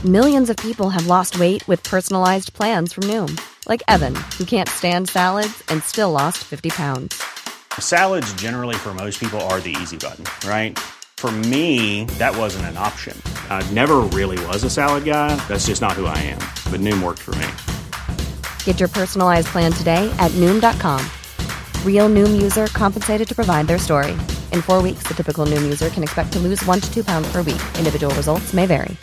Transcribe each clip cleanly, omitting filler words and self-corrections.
Millions of people have lost weight with personalized plans from Noom. Like Evan, who can't stand salads and still lost 50 pounds. Salads generally for most people are the easy button, right? For me, that wasn't an option. I never really was a salad guy. That's just not who I am. But Noom worked for me. Get your personalized plan today at Noom.com. Real Noom user compensated to provide their story. In 4 weeks, the typical Noom user can expect to lose 1 to 2 pounds per week. Individual results may vary.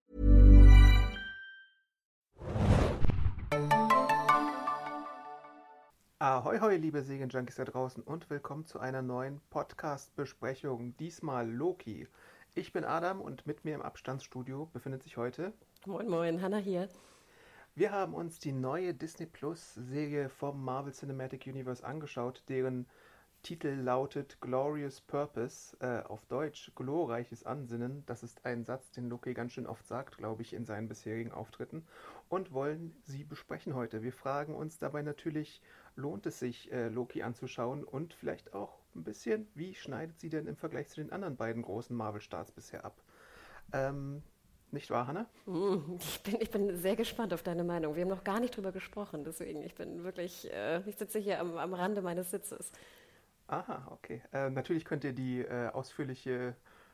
Ahoi, hoi, liebe Serienjunkies da draußen und willkommen zu einer neuen Podcast-Besprechung. Diesmal Loki. Ich bin Adam und mit mir im Abstandsstudio befindet sich heute... Moin, moin, Hannah hier. Wir haben uns die neue Disney-Plus-Serie vom Marvel Cinematic Universe angeschaut, deren Titel lautet Glorious Purpose, auf Deutsch glorreiches Ansinnen. Das ist ein Satz, den Loki ganz schön oft sagt, glaube ich, in seinen bisherigen Auftritten, und wollen sie besprechen heute. Wir fragen uns dabei natürlich, lohnt es sich, Loki anzuschauen, und vielleicht auch ein bisschen, wie schneidet sie denn im Vergleich zu den anderen beiden großen Marvel-Starts bisher ab? Nicht wahr, Hannah? Ich bin sehr gespannt auf deine Meinung. Wir haben noch gar nicht drüber gesprochen, deswegen ich bin wirklich, ich sitze hier am Rande meines Sitzes. Aha, okay. Natürlich könnt ihr die ausführliche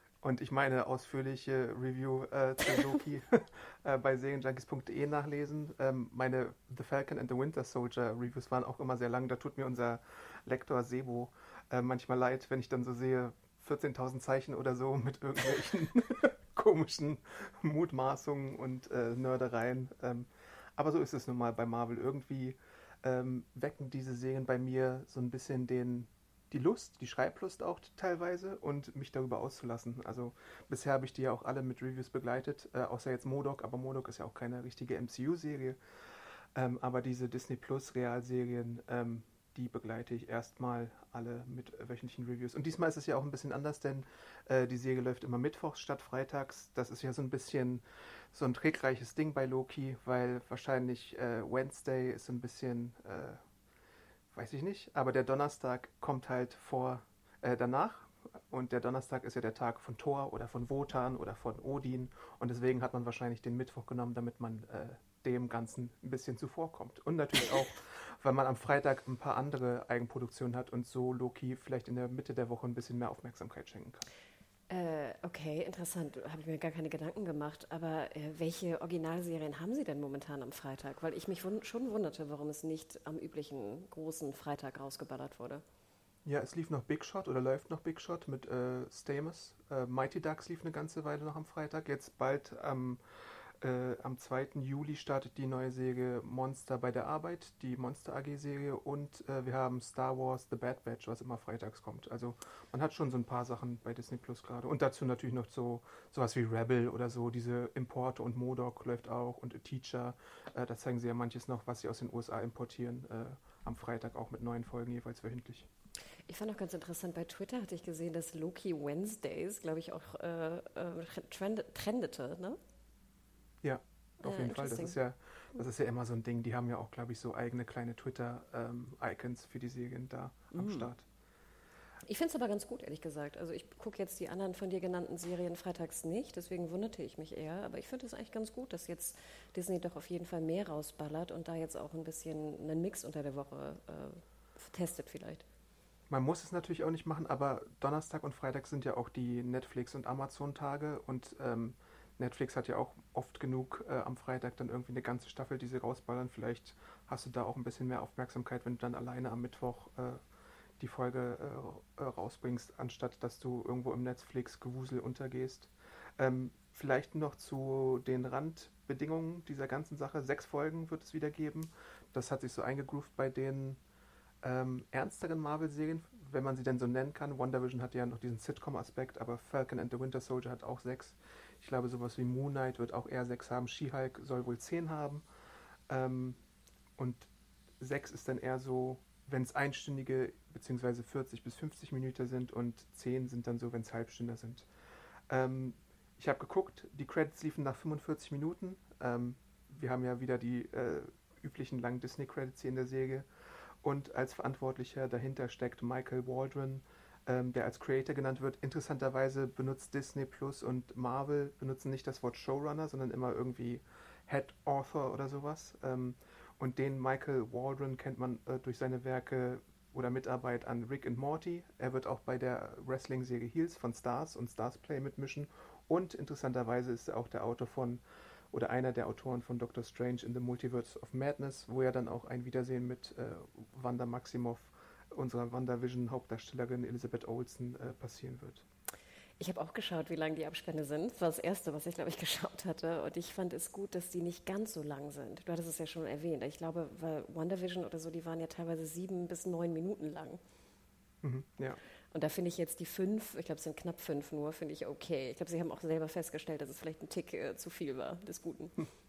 Review zu Loki bei serienjunkies.de nachlesen. Meine The Falcon and the Winter Soldier Reviews waren auch immer sehr lang. Da tut mir unser Lektor Sebo manchmal leid, wenn ich dann so sehe, 14.000 Zeichen oder so mit irgendwelchen komischen Mutmaßungen und Nördereien. Aber so ist es nun mal bei Marvel. Irgendwie wecken diese Serien bei mir so ein bisschen die Lust, die Schreiblust auch teilweise, und mich darüber auszulassen. Also bisher habe ich die ja auch alle mit Reviews begleitet, außer jetzt MODOK, aber MODOK ist ja auch keine richtige MCU-Serie. Aber diese Disney Plus Realserien, die begleite ich erstmal alle mit wöchentlichen Reviews. Und diesmal ist es ja auch ein bisschen anders, denn die Serie läuft immer mittwochs statt freitags. Das ist ja so ein bisschen so ein trickreiches Ding bei Loki, weil wahrscheinlich Wednesday ist so ein bisschen... weiß ich nicht, aber der Donnerstag kommt halt danach, und der Donnerstag ist ja der Tag von Thor oder von Wotan oder von Odin, und deswegen hat man wahrscheinlich den Mittwoch genommen, damit man dem Ganzen ein bisschen zuvorkommt. Und natürlich auch, weil man am Freitag ein paar andere Eigenproduktionen hat und so Loki vielleicht in der Mitte der Woche ein bisschen mehr Aufmerksamkeit schenken kann. Okay, interessant. Habe ich mir gar keine Gedanken gemacht. Aber welche Originalserien haben Sie denn momentan am Freitag? Weil ich mich schon wunderte, warum es nicht am üblichen großen Freitag rausgeballert wurde. Ja, es lief noch Big Shot oder läuft noch Big Shot mit Stamos. Mighty Ducks lief eine ganze Weile noch am Freitag. Jetzt bald am 2. Juli startet die neue Serie Monster bei der Arbeit, die Monster AG-Serie, und wir haben Star Wars The Bad Batch, was immer freitags kommt. Also man hat schon so ein paar Sachen bei Disney Plus gerade. Und dazu natürlich noch sowas wie Rebel oder so, diese Importe, und MODOK läuft auch, und A Teacher. Da zeigen sie ja manches noch, was sie aus den USA importieren, am Freitag auch mit neuen Folgen jeweils wöchentlich. Ich fand auch ganz interessant, bei Twitter hatte ich gesehen, dass Loki Wednesdays, glaube ich, auch trendete, ne? Ja, auf jeden Fall. Das ist ja immer so ein Ding. Die haben ja auch, glaube ich, so eigene kleine Twitter-Icons für die Serien da am Start. Ich finde es aber ganz gut, ehrlich gesagt. Also ich gucke jetzt die anderen von dir genannten Serien freitags nicht, deswegen wunderte ich mich eher. Aber ich finde es eigentlich ganz gut, dass jetzt Disney doch auf jeden Fall mehr rausballert und da jetzt auch ein bisschen einen Mix unter der Woche testet vielleicht. Man muss es natürlich auch nicht machen, aber Donnerstag und Freitag sind ja auch die Netflix- und Amazon-Tage, und Netflix hat ja auch oft genug am Freitag dann irgendwie eine ganze Staffel, die sie rausballern. Vielleicht hast du da auch ein bisschen mehr Aufmerksamkeit, wenn du dann alleine am Mittwoch die Folge rausbringst, anstatt dass du irgendwo im Netflix-Gewusel untergehst. Vielleicht noch zu den Randbedingungen dieser ganzen Sache. 6 Folgen wird es wieder geben. Das hat sich so eingegroovt bei den ernsteren Marvel-Serien, wenn man sie denn so nennen kann. WandaVision hat ja noch diesen Sitcom-Aspekt, aber Falcon and the Winter Soldier hat auch 6. Ich glaube, sowas wie Moon Knight wird auch eher 6 haben. She-Hulk soll wohl 10 haben. Und 6 ist dann eher so, wenn es einstündige bzw. 40 bis 50 Minuten sind, und 10 sind dann so, wenn es Halbstünder sind. Ich habe geguckt, die Credits liefen nach 45 Minuten. Wir haben ja wieder die üblichen langen Disney-Credits hier in der Serie. Und als Verantwortlicher dahinter steckt Michael Waldron, der als Creator genannt wird. Interessanterweise benutzt Disney Plus und Marvel benutzen nicht das Wort Showrunner, sondern immer irgendwie Head Author oder sowas. Und den Michael Waldron kennt man durch seine Werke oder Mitarbeit an Rick and Morty. Er wird auch bei der Wrestling-Serie Heels von Stars und Stars Play mitmischen. Und interessanterweise ist er auch der Autor von, oder einer der Autoren von Doctor Strange in the Multiverse of Madness, wo ja dann auch ein Wiedersehen mit Wanda Maximoff, unserer WandaVision-Hauptdarstellerin Elizabeth Olsen, passieren wird. Ich habe auch geschaut, wie lang die Abstände sind. Das war das Erste, was ich, glaube ich, geschaut hatte. Und ich fand es gut, dass die nicht ganz so lang sind. Du hattest es ja schon erwähnt. Ich glaube, weil WandaVision oder so, die waren ja teilweise 7 bis 9 Minuten lang. Ja. Und da finde ich jetzt die 5, ich glaube, es sind knapp 5 nur, finde ich okay. Ich glaube, sie haben auch selber festgestellt, dass es vielleicht ein Tick zu viel war, des Guten.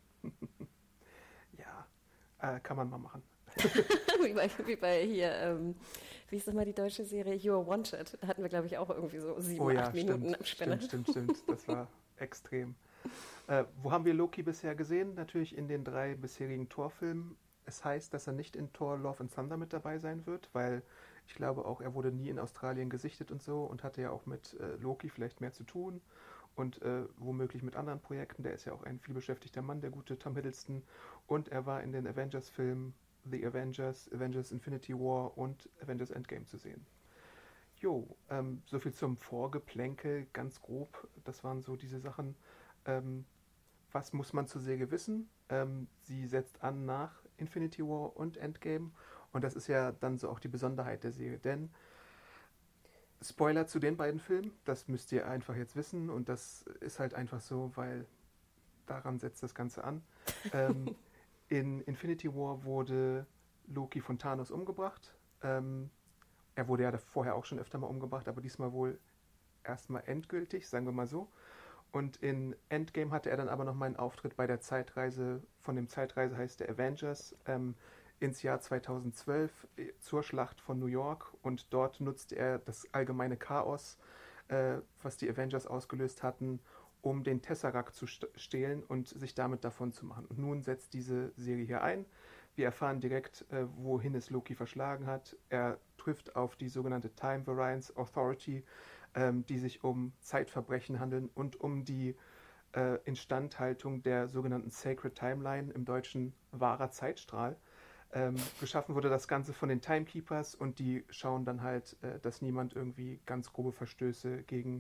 Ja, kann man mal machen. wie bei hier, wie ist nochmal die deutsche Serie? You Are Wanted. Da hatten wir, glaube ich, auch irgendwie so 7, 8 Minuten Abspende. Stimmt. Das war extrem. Wo haben wir Loki bisher gesehen? Natürlich in den 3 bisherigen Thor-Filmen. Es heißt, dass er nicht in Thor Love and Thunder mit dabei sein wird, weil ich glaube auch, er wurde nie in Australien gesichtet und so und hatte ja auch mit Loki vielleicht mehr zu tun und womöglich mit anderen Projekten. Der ist ja auch ein vielbeschäftigter Mann, der gute Tom Hiddleston. Und er war in den Avengers-Filmen The Avengers, Avengers Infinity War und Avengers Endgame zu sehen. Jo, soviel zum Vorgeplänkel, ganz grob. Das waren so diese Sachen. Was muss man zur Serie wissen? Sie setzt an nach Infinity War und Endgame und das ist ja dann so auch die Besonderheit der Serie, denn Spoiler zu den beiden Filmen, das müsst ihr einfach jetzt wissen und das ist halt einfach so, weil daran setzt das Ganze an. In Infinity War wurde Loki von Thanos umgebracht. Er wurde ja vorher auch schon öfter mal umgebracht, aber diesmal wohl erstmal endgültig, sagen wir mal so. Und in Endgame hatte er dann aber nochmal einen Auftritt bei der Zeitreise, von dem Zeitreise heißt der Avengers, ins Jahr 2012 zur Schlacht von New York. Und dort nutzte er das allgemeine Chaos, was die Avengers ausgelöst hatten, um den Tesseract zu stehlen und sich damit davon zu machen. Und nun setzt diese Serie hier ein. Wir erfahren direkt, wohin es Loki verschlagen hat. Er trifft auf die sogenannte Time Variance Authority, die sich um Zeitverbrechen handeln und um die Instandhaltung der sogenannten Sacred Timeline, im Deutschen wahrer Zeitstrahl. Geschaffen wurde das Ganze von den Timekeepers und die schauen dann halt, dass niemand irgendwie ganz grobe Verstöße gegen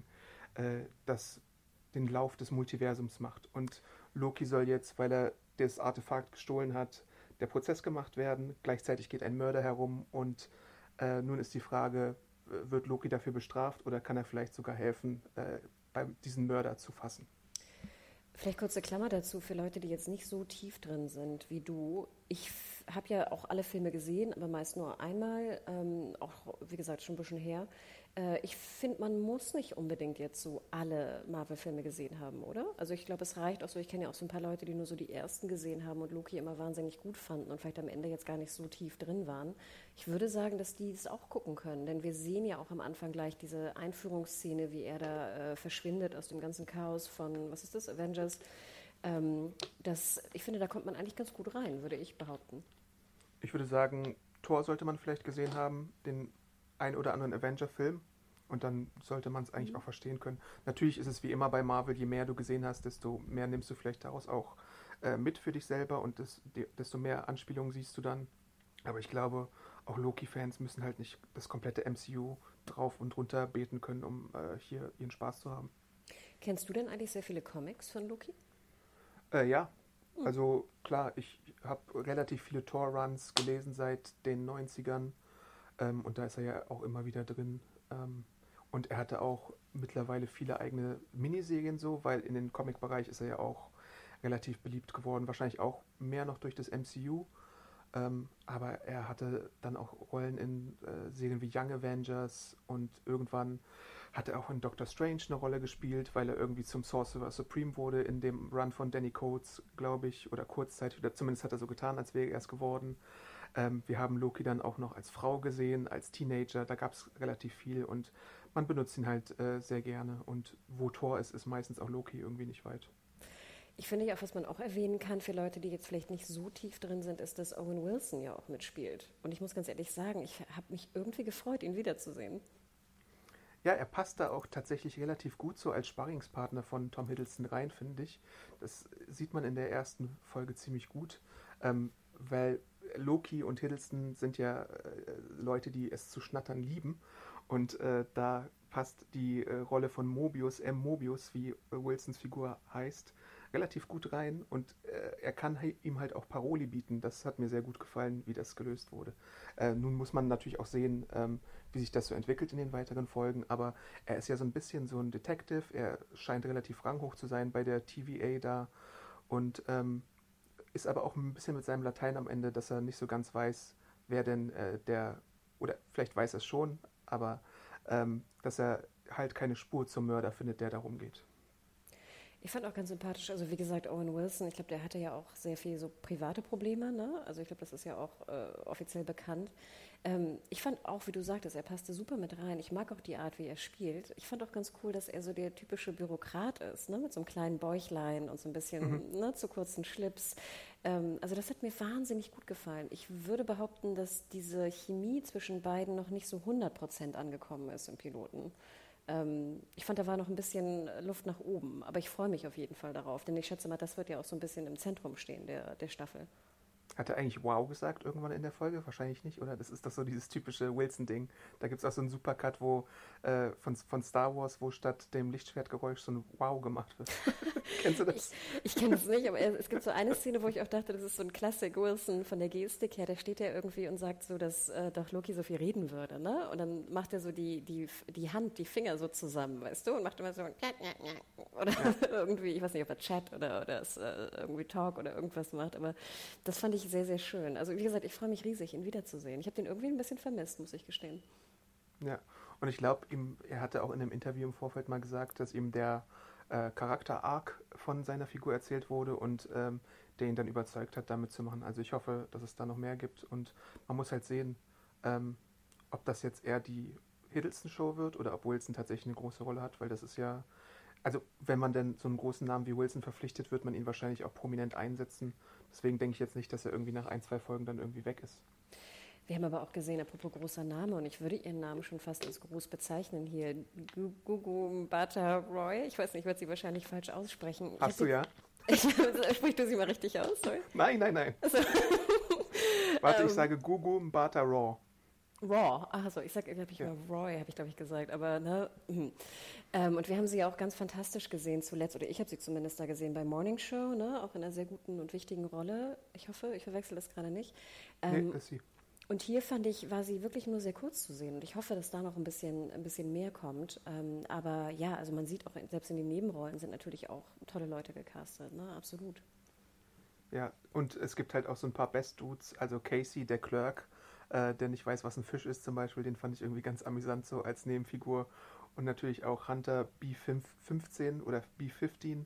den Lauf des Multiversums macht. Und Loki soll jetzt, weil er das Artefakt gestohlen hat, der Prozess gemacht werden. Gleichzeitig geht ein Mörder herum und nun ist die Frage, wird Loki dafür bestraft oder kann er vielleicht sogar helfen, diesen Mörder zu fassen? Vielleicht kurze Klammer dazu für Leute, die jetzt nicht so tief drin sind wie du. Ich habe ja auch alle Filme gesehen, aber meist nur einmal, auch wie gesagt schon ein bisschen her. Ich finde, man muss nicht unbedingt jetzt so alle Marvel-Filme gesehen haben, oder? Also ich glaube, es reicht auch so, ich kenne ja auch so ein paar Leute, die nur so die ersten gesehen haben und Loki immer wahnsinnig gut fanden und vielleicht am Ende jetzt gar nicht so tief drin waren. Ich würde sagen, dass die es auch gucken können, denn wir sehen ja auch am Anfang gleich diese Einführungsszene, wie er da verschwindet aus dem ganzen Chaos von, was ist das, Avengers. Ich finde, da kommt man eigentlich ganz gut rein, würde ich behaupten. Ich würde sagen, Thor sollte man vielleicht gesehen haben, den ein oder anderen Avenger-Film und dann sollte man es eigentlich auch verstehen können. Natürlich ist es wie immer bei Marvel, je mehr du gesehen hast, desto mehr nimmst du vielleicht daraus auch mit für dich selber und desto mehr Anspielungen siehst du dann. Aber ich glaube, auch Loki-Fans müssen halt nicht das komplette MCU drauf und runter beten können, um hier ihren Spaß zu haben. Kennst du denn eigentlich sehr viele Comics von Loki? Ja, also klar, ich habe relativ viele Thor-Runs gelesen seit den 90ern. Und da ist er ja auch immer wieder drin. Und er hatte auch mittlerweile viele eigene Miniserien so, weil in den Comic-Bereich ist er ja auch relativ beliebt geworden. Wahrscheinlich auch mehr noch durch das MCU. Aber er hatte dann auch Rollen in Serien wie Young Avengers und irgendwann hat er auch in Doctor Strange eine Rolle gespielt, weil er irgendwie zum Sorcerer Supreme wurde in dem Run von Danny Coates, glaube ich, oder kurzzeitig, oder zumindest hat er so getan, als wäre er es geworden. Wir haben Loki dann auch noch als Frau gesehen, als Teenager, da gab es relativ viel und man benutzt ihn halt sehr gerne und wo Thor ist, ist meistens auch Loki irgendwie nicht weit. Ich finde ja auch, was man auch erwähnen kann für Leute, die jetzt vielleicht nicht so tief drin sind, ist, dass Owen Wilson ja auch mitspielt. Und ich muss ganz ehrlich sagen, ich habe mich irgendwie gefreut, ihn wiederzusehen. Ja, er passt da auch tatsächlich relativ gut so als Sparringspartner von Tom Hiddleston rein, finde ich. Das sieht man in der ersten Folge ziemlich gut, weil Loki und Hiddleston sind ja Leute, die es zu schnattern lieben. Und da passt die Rolle von Mobius, M. Mobius, wie Wilsons Figur heißt, relativ gut rein. Und er kann ihm halt auch Paroli bieten. Das hat mir sehr gut gefallen, wie das gelöst wurde. Nun muss man natürlich auch sehen, wie sich das so entwickelt in den weiteren Folgen. Aber er ist ja so ein bisschen so ein Detective. Er scheint relativ ranghoch zu sein bei der TVA da. Und ist aber auch ein bisschen mit seinem Latein am Ende, dass er nicht so ganz weiß, wer denn oder vielleicht weiß er es schon, aber dass er halt keine Spur zum Mörder findet, der darum geht. Ich fand auch ganz sympathisch, also wie gesagt, Owen Wilson, ich glaube, der hatte ja auch sehr viel so private Probleme, ne? Also ich glaube, das ist ja auch offiziell bekannt. Ich fand auch, wie du sagtest, er passte super mit rein. Ich mag auch die Art, wie er spielt. Ich fand auch ganz cool, dass er so der typische Bürokrat ist, ne? Mit so einem kleinen Bäuchlein und so ein bisschen ne, zu kurzen Schlips. Also das hat mir wahnsinnig gut gefallen. Ich würde behaupten, dass diese Chemie zwischen beiden noch nicht so 100% angekommen ist im Piloten. Ich fand, da war noch ein bisschen Luft nach oben, aber ich freue mich auf jeden Fall darauf, denn ich schätze mal, das wird ja auch so ein bisschen im Zentrum stehen der Staffel. Hat er eigentlich wow gesagt irgendwann in der Folge? Wahrscheinlich nicht, oder? Das ist doch so dieses typische Wilson-Ding. Da gibt es auch so einen Supercut, wo von Star Wars, wo statt dem Lichtschwertgeräusch so ein Wow gemacht wird. Kennst du das? Ich kenne das nicht, aber es gibt so eine Szene, wo ich auch dachte, das ist so ein Classic Wilson von der Gestik her. Der steht ja irgendwie und sagt so, dass doch Loki so viel reden würde, ne? Und dann macht er so die Hand, die Finger so zusammen, weißt du? Und macht immer so oder irgendwie, ich weiß nicht, ob er Chat oder es irgendwie Talk oder irgendwas macht, aber das fand ich sehr, sehr schön. Also wie gesagt, ich freue mich riesig, ihn wiederzusehen. Ich habe den irgendwie ein bisschen vermisst, muss ich gestehen. Ja, und ich glaube, er hatte auch in einem Interview im Vorfeld mal gesagt, dass ihm der Charakter-Arc von seiner Figur erzählt wurde und der ihn dann überzeugt hat, damit zu machen. Also ich hoffe, dass es da noch mehr gibt und man muss halt sehen, ob das jetzt eher die Hiddleston-Show wird oder ob Wilson tatsächlich eine große Rolle hat, weil das ist ja, also wenn man denn so einen großen Namen wie Wilson verpflichtet, wird man ihn wahrscheinlich auch prominent einsetzen. Deswegen denke ich jetzt nicht, dass er irgendwie nach 1-2 Folgen dann irgendwie weg ist. Wir haben aber auch gesehen, apropos großer Name, und ich würde Ihren Namen schon fast als groß bezeichnen hier, Gugu Mbata Roy. Ich weiß nicht, ich werde sie wahrscheinlich falsch aussprechen. Hast du ja? Sprichst du sie mal richtig aus? Sorry? Nein. Also. Warte, ich sage Gugu Mbata Raw. Raw, achso, immer Roy, habe ich glaube ich gesagt, aber ne. Und wir haben sie ja auch ganz fantastisch gesehen zuletzt, oder ich habe sie zumindest da gesehen bei Morning Show, ne, auch in einer sehr guten und wichtigen Rolle. Ich hoffe, ich verwechsel das gerade nicht. Nee, das ist sie. Und hier fand ich, war sie wirklich nur sehr kurz zu sehen und ich hoffe, dass da noch ein bisschen mehr kommt. Aber ja, also man sieht auch, selbst in den Nebenrollen sind natürlich auch tolle Leute gecastet, ne, absolut. Ja, und es gibt halt auch so ein paar Best-Dudes, also Casey, der Clerk, der nicht weiß, was ein Fisch ist zum Beispiel, den fand ich irgendwie ganz amüsant so als Nebenfigur. Und natürlich auch Hunter B15 oder B15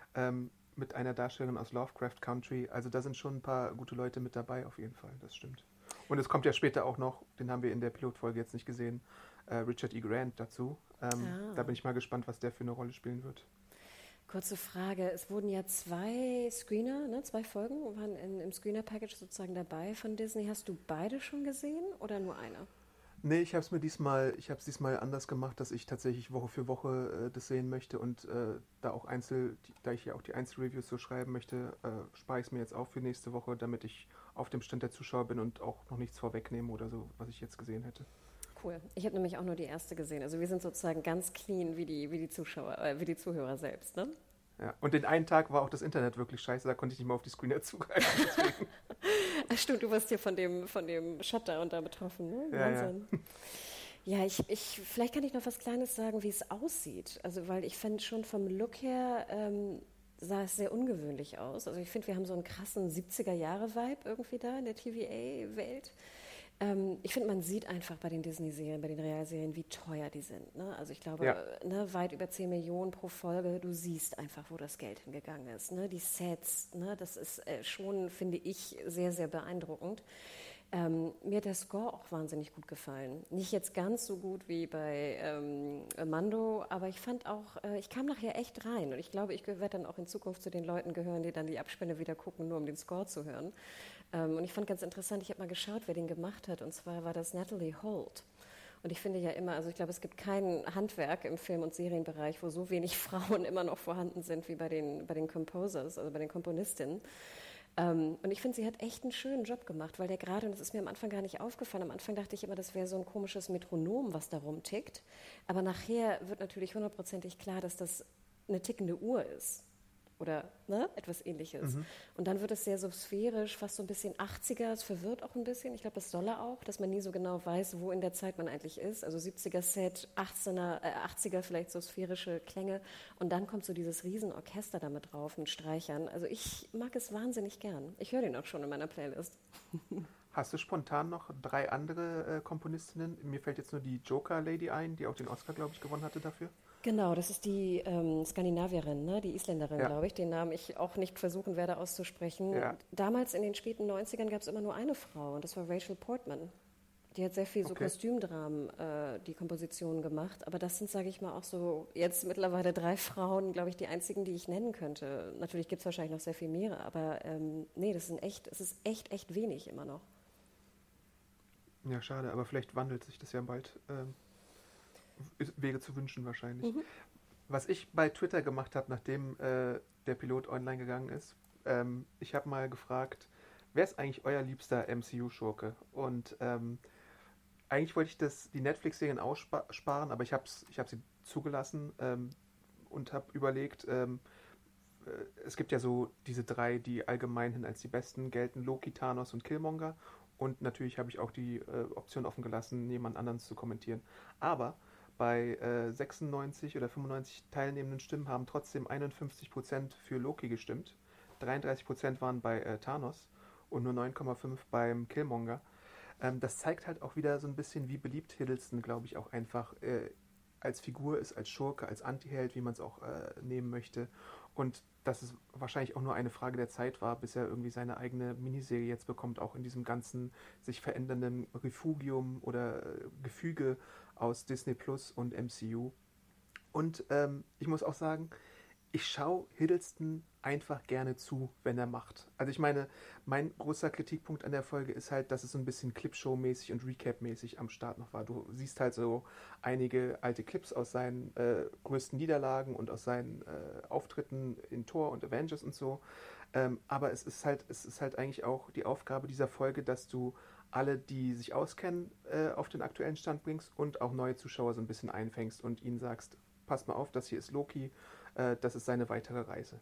mit einer Darstellerin aus Lovecraft Country. Also da sind schon ein paar gute Leute mit dabei auf jeden Fall, das stimmt. Und es kommt ja später auch noch, den haben wir in der Pilotfolge jetzt nicht gesehen, Richard E. Grant dazu. Da bin ich mal gespannt, was der für eine Rolle spielen wird. Kurze Frage, es wurden ja 2 Screener, ne, 2 Folgen waren im Screener-Package sozusagen dabei von Disney. Hast du beide schon gesehen oder nur eine? Nee, ich habe es diesmal anders gemacht, dass ich tatsächlich Woche für Woche das sehen möchte und da ich ja auch die Einzelreviews so schreiben möchte, spare ich es mir jetzt auch für nächste Woche, damit ich auf dem Stand der Zuschauer bin und auch noch nichts vorwegnehme oder so, was ich jetzt gesehen hätte. Cool. Ich habe nämlich auch nur die erste gesehen. Also wir sind sozusagen ganz clean wie die Zuhörer selbst, ne? Ja, und den einen Tag war auch das Internet wirklich scheiße, da konnte ich nicht mal auf die Screener zugreifen. Ach stimmt, du warst hier von dem Shutdown da betroffen, ne? Wahnsinn. Ja, vielleicht kann ich noch was Kleines sagen, wie es aussieht. Also, weil ich fand schon vom Look her sah es sehr ungewöhnlich aus. Also ich finde, wir haben so einen krassen 70er-Jahre-Vibe irgendwie da in der TVA-Welt. Ich finde, man sieht einfach bei den Disney-Serien, bei den Realserien, wie teuer die sind. Ne? Also ich glaube, weit über 10 Millionen pro Folge. Du siehst einfach, wo das Geld hingegangen ist. Ne? Die Sets, ne? Das ist schon, finde ich, sehr, sehr beeindruckend. Mir hat der Score auch wahnsinnig gut gefallen. Nicht jetzt ganz so gut wie bei Mando, aber ich fand auch, ich kam nachher echt rein. Und ich glaube, ich werde dann auch in Zukunft zu den Leuten gehören, die dann die Abspende wieder gucken, nur um den Score zu hören. Und ich fand ganz interessant, ich habe mal geschaut, wer den gemacht hat. Und zwar war das Natalie Holt. Und ich finde ja immer, also ich glaube, es gibt kein Handwerk im Film- und Serienbereich, wo so wenig Frauen immer noch vorhanden sind wie bei den Composers, also bei den Komponistinnen. Und ich finde, sie hat echt einen schönen Job gemacht, weil der gerade, und das ist mir am Anfang gar nicht aufgefallen, am Anfang dachte ich immer, das wäre so ein komisches Metronom, was da rumtickt. Aber nachher wird natürlich hundertprozentig klar, dass das eine tickende Uhr ist. Oder etwas Ähnliches. Und dann wird es sehr so sphärisch, fast so ein bisschen 80er, es verwirrt auch ein bisschen. Ich glaube, das soll er auch, dass man nie so genau weiß, wo in der Zeit man eigentlich ist. Also 70er-Set, 80er vielleicht so sphärische Klänge. Und dann kommt so dieses Riesenorchester damit drauf mit Streichern. Also ich mag es wahnsinnig gern. Ich höre den auch schon in meiner Playlist. Hast du spontan noch 3 andere Komponistinnen? Mir fällt jetzt nur die Joker-Lady ein, die auch den Oscar, glaube ich, gewonnen hatte dafür. Genau, das ist die Skandinavierin, ne? Die Isländerin, glaube ich, den Namen ich auch nicht versuchen werde auszusprechen. Ja. Damals in den späten 90ern gab es immer nur eine Frau und das war Rachel Portman. Die hat sehr viel so Kostümdramen, die Kompositionen gemacht, aber das sind, sage ich mal, auch so jetzt mittlerweile 3 Frauen, glaube ich, die einzigen, die ich nennen könnte. Natürlich gibt es wahrscheinlich noch sehr viel mehr, aber nee, es ist echt wenig immer noch. Ja, schade, aber vielleicht wandelt sich das ja bald. Wäre zu wünschen wahrscheinlich. Was ich bei Twitter gemacht habe, nachdem der Pilot online gegangen ist, ich habe mal gefragt, wer ist eigentlich euer liebster MCU-Schurke? Und eigentlich wollte ich die Netflix-Serien aussparen, aber ich hab sie zugelassen und habe überlegt, es gibt ja so diese 3, die allgemeinhin als die besten gelten, Loki, Thanos und Killmonger. Und natürlich habe ich auch die Option offen gelassen, jemand anderen zu kommentieren. Aber bei 96 oder 95 teilnehmenden Stimmen haben trotzdem 51% für Loki gestimmt. 33% waren bei Thanos und nur 9,5% beim Killmonger. Das zeigt halt auch wieder so ein bisschen, wie beliebt Hiddleston, glaube ich, auch einfach als Figur ist, als Schurke, als Antiheld, wie man es auch nehmen möchte. Und dass es wahrscheinlich auch nur eine Frage der Zeit war, bis er irgendwie seine eigene Miniserie jetzt bekommt, auch in diesem ganzen sich verändernden Refugium oder Gefüge aus Disney Plus und MCU. Und ich muss auch sagen, ich schaue Hiddleston einfach gerne zu, wenn er macht. Also ich meine, mein großer Kritikpunkt an der Folge ist halt, dass es so ein bisschen Clipshow-mäßig und Recap-mäßig am Start noch war. Du siehst halt so einige alte Clips aus seinen größten Niederlagen und aus seinen Auftritten in Thor und Avengers und so. Aber es ist halt eigentlich auch die Aufgabe dieser Folge, dass du alle, die sich auskennen, auf den aktuellen Stand bringst und auch neue Zuschauer so ein bisschen einfängst und ihnen sagst, passt mal auf, das hier ist Loki, das ist seine weitere Reise.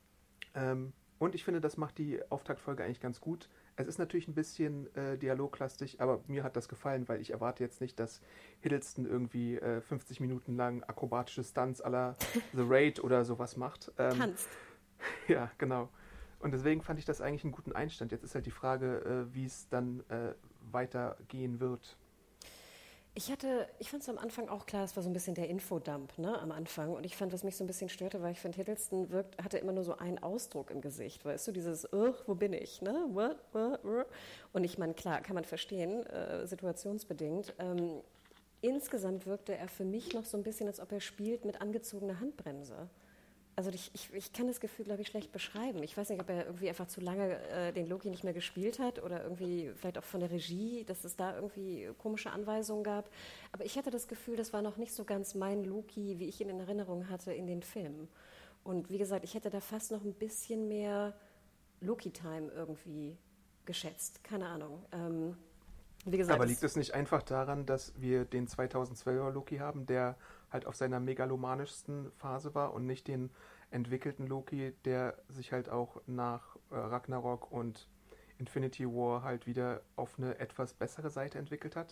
Und ich finde, das macht die Auftaktfolge eigentlich ganz gut. Es ist natürlich ein bisschen dialoglastig, aber mir hat das gefallen, weil ich erwarte jetzt nicht, dass Hiddleston irgendwie 50 Minuten lang akrobatische Stunts à la The Raid oder sowas macht. Tanzt. Ja, genau. Und deswegen fand ich das eigentlich einen guten Einstand. Jetzt ist halt die Frage, wie es dann weitergehen wird. Ich fand es am Anfang auch klar, es war so ein bisschen der Infodump, ne, am Anfang. Und ich fand, was mich so ein bisschen störte, weil ich finde, Hiddleston hatte immer nur so einen Ausdruck im Gesicht. Weißt du, dieses, wo bin ich, ne? What? Und ich meine, klar, kann man verstehen, situationsbedingt. Insgesamt wirkte er für mich noch so ein bisschen, als ob er spielt mit angezogener Handbremse. Also ich kann das Gefühl, glaube ich, schlecht beschreiben. Ich weiß nicht, ob er irgendwie einfach zu lange den Loki nicht mehr gespielt hat oder irgendwie vielleicht auch von der Regie, dass es da irgendwie komische Anweisungen gab. Aber ich hatte das Gefühl, das war noch nicht so ganz mein Loki, wie ich ihn in Erinnerung hatte in den Filmen. Und wie gesagt, ich hätte da fast noch ein bisschen mehr Loki-Time irgendwie geschätzt. Keine Ahnung. Wie gesagt, aber liegt es nicht einfach daran, dass wir den 2012er Loki haben, der halt auf seiner megalomanischsten Phase war und nicht den entwickelten Loki, der sich halt auch nach Ragnarok und Infinity War halt wieder auf eine etwas bessere Seite entwickelt hat?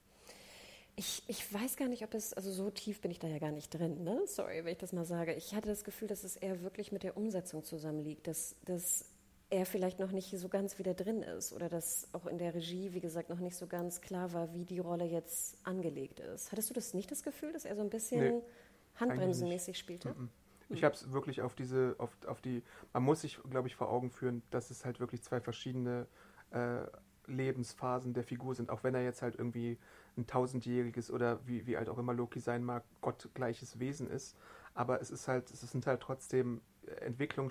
Ich weiß gar nicht, ob es, also so tief bin ich da ja gar nicht drin, ne? Sorry, wenn ich das mal sage. Ich hatte das Gefühl, dass es eher wirklich mit der Umsetzung zusammenliegt, dass er vielleicht noch nicht so ganz wieder drin ist oder dass auch in der Regie, wie gesagt, noch nicht so ganz klar war, wie die Rolle jetzt angelegt ist. Hattest du das nicht das Gefühl, dass er so ein bisschen handbremsenmäßig spielte? Ich habe es wirklich auf die, man muss sich, glaube ich, vor Augen führen, dass es halt wirklich 2 verschiedene Lebensphasen der Figur sind, auch wenn er jetzt halt irgendwie ein 1000-jähriges oder wie alt auch immer Loki sein mag, gottgleiches Wesen ist. Aber es sind halt trotzdem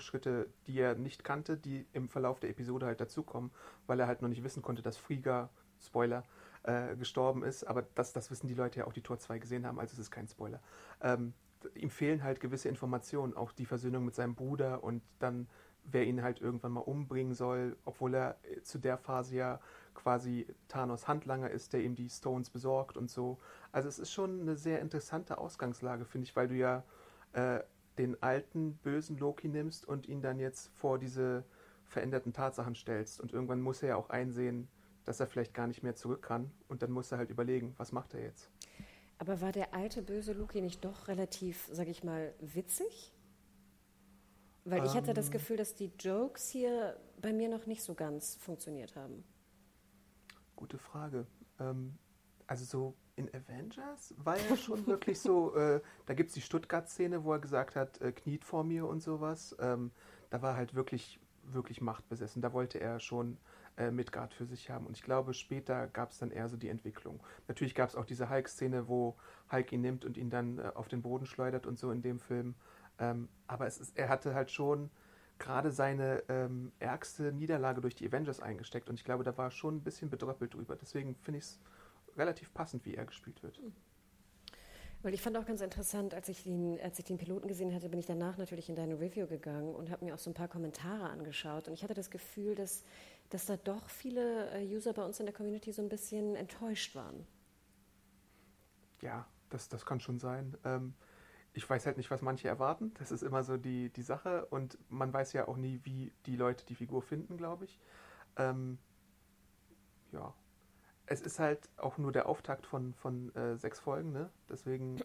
Entwicklungsschritte, die er nicht kannte, die im Verlauf der Episode halt dazukommen, weil er halt noch nicht wissen konnte, dass Frigga Spoiler, gestorben ist, aber das wissen die Leute ja auch, die Tor 2 gesehen haben, also es ist kein Spoiler. Ihm fehlen halt gewisse Informationen, auch die Versöhnung mit seinem Bruder und dann, wer ihn halt irgendwann mal umbringen soll, obwohl er zu der Phase ja quasi Thanos Handlanger ist, der ihm die Stones besorgt und so. Also es ist schon eine sehr interessante Ausgangslage, finde ich, weil du ja den alten, bösen Loki nimmst und ihn dann jetzt vor diese veränderten Tatsachen stellst. Und irgendwann muss er ja auch einsehen, dass er vielleicht gar nicht mehr zurück kann. Und dann muss er halt überlegen, was macht er jetzt? Aber war der alte, böse Loki nicht doch relativ, sag ich mal, witzig? Weil ich hatte das Gefühl, dass die Jokes hier bei mir noch nicht so ganz funktioniert haben. Gute Frage. Also so in Avengers war er schon wirklich so, da gibt es die Stuttgart-Szene, wo er gesagt hat, kniet vor mir und sowas. Da war er halt wirklich, wirklich machtbesessen. Da wollte er schon Midgard für sich haben. Und ich glaube, später gab es dann eher so die Entwicklung. Natürlich gab es auch diese Hulk-Szene, wo Hulk ihn nimmt und ihn dann auf den Boden schleudert und so in dem Film. Aber er hatte halt schon gerade seine ärgste Niederlage durch die Avengers eingesteckt. Und ich glaube, da war schon ein bisschen bedröppelt drüber. Deswegen finde ich es relativ passend, wie er gespielt wird. Weil ich fand auch ganz interessant, als ich den Piloten gesehen hatte, bin ich danach natürlich in deine Review gegangen und habe mir auch so ein paar Kommentare angeschaut. Und ich hatte das Gefühl, dass da doch viele User bei uns in der Community so ein bisschen enttäuscht waren. Ja, das kann schon sein. Ich weiß halt nicht, was manche erwarten. Das ist immer so die Sache. Und man weiß ja auch nie, wie die Leute die Figur finden, glaube ich. Ja. Es ist halt auch nur der Auftakt von 6 Folgen, ne? Deswegen,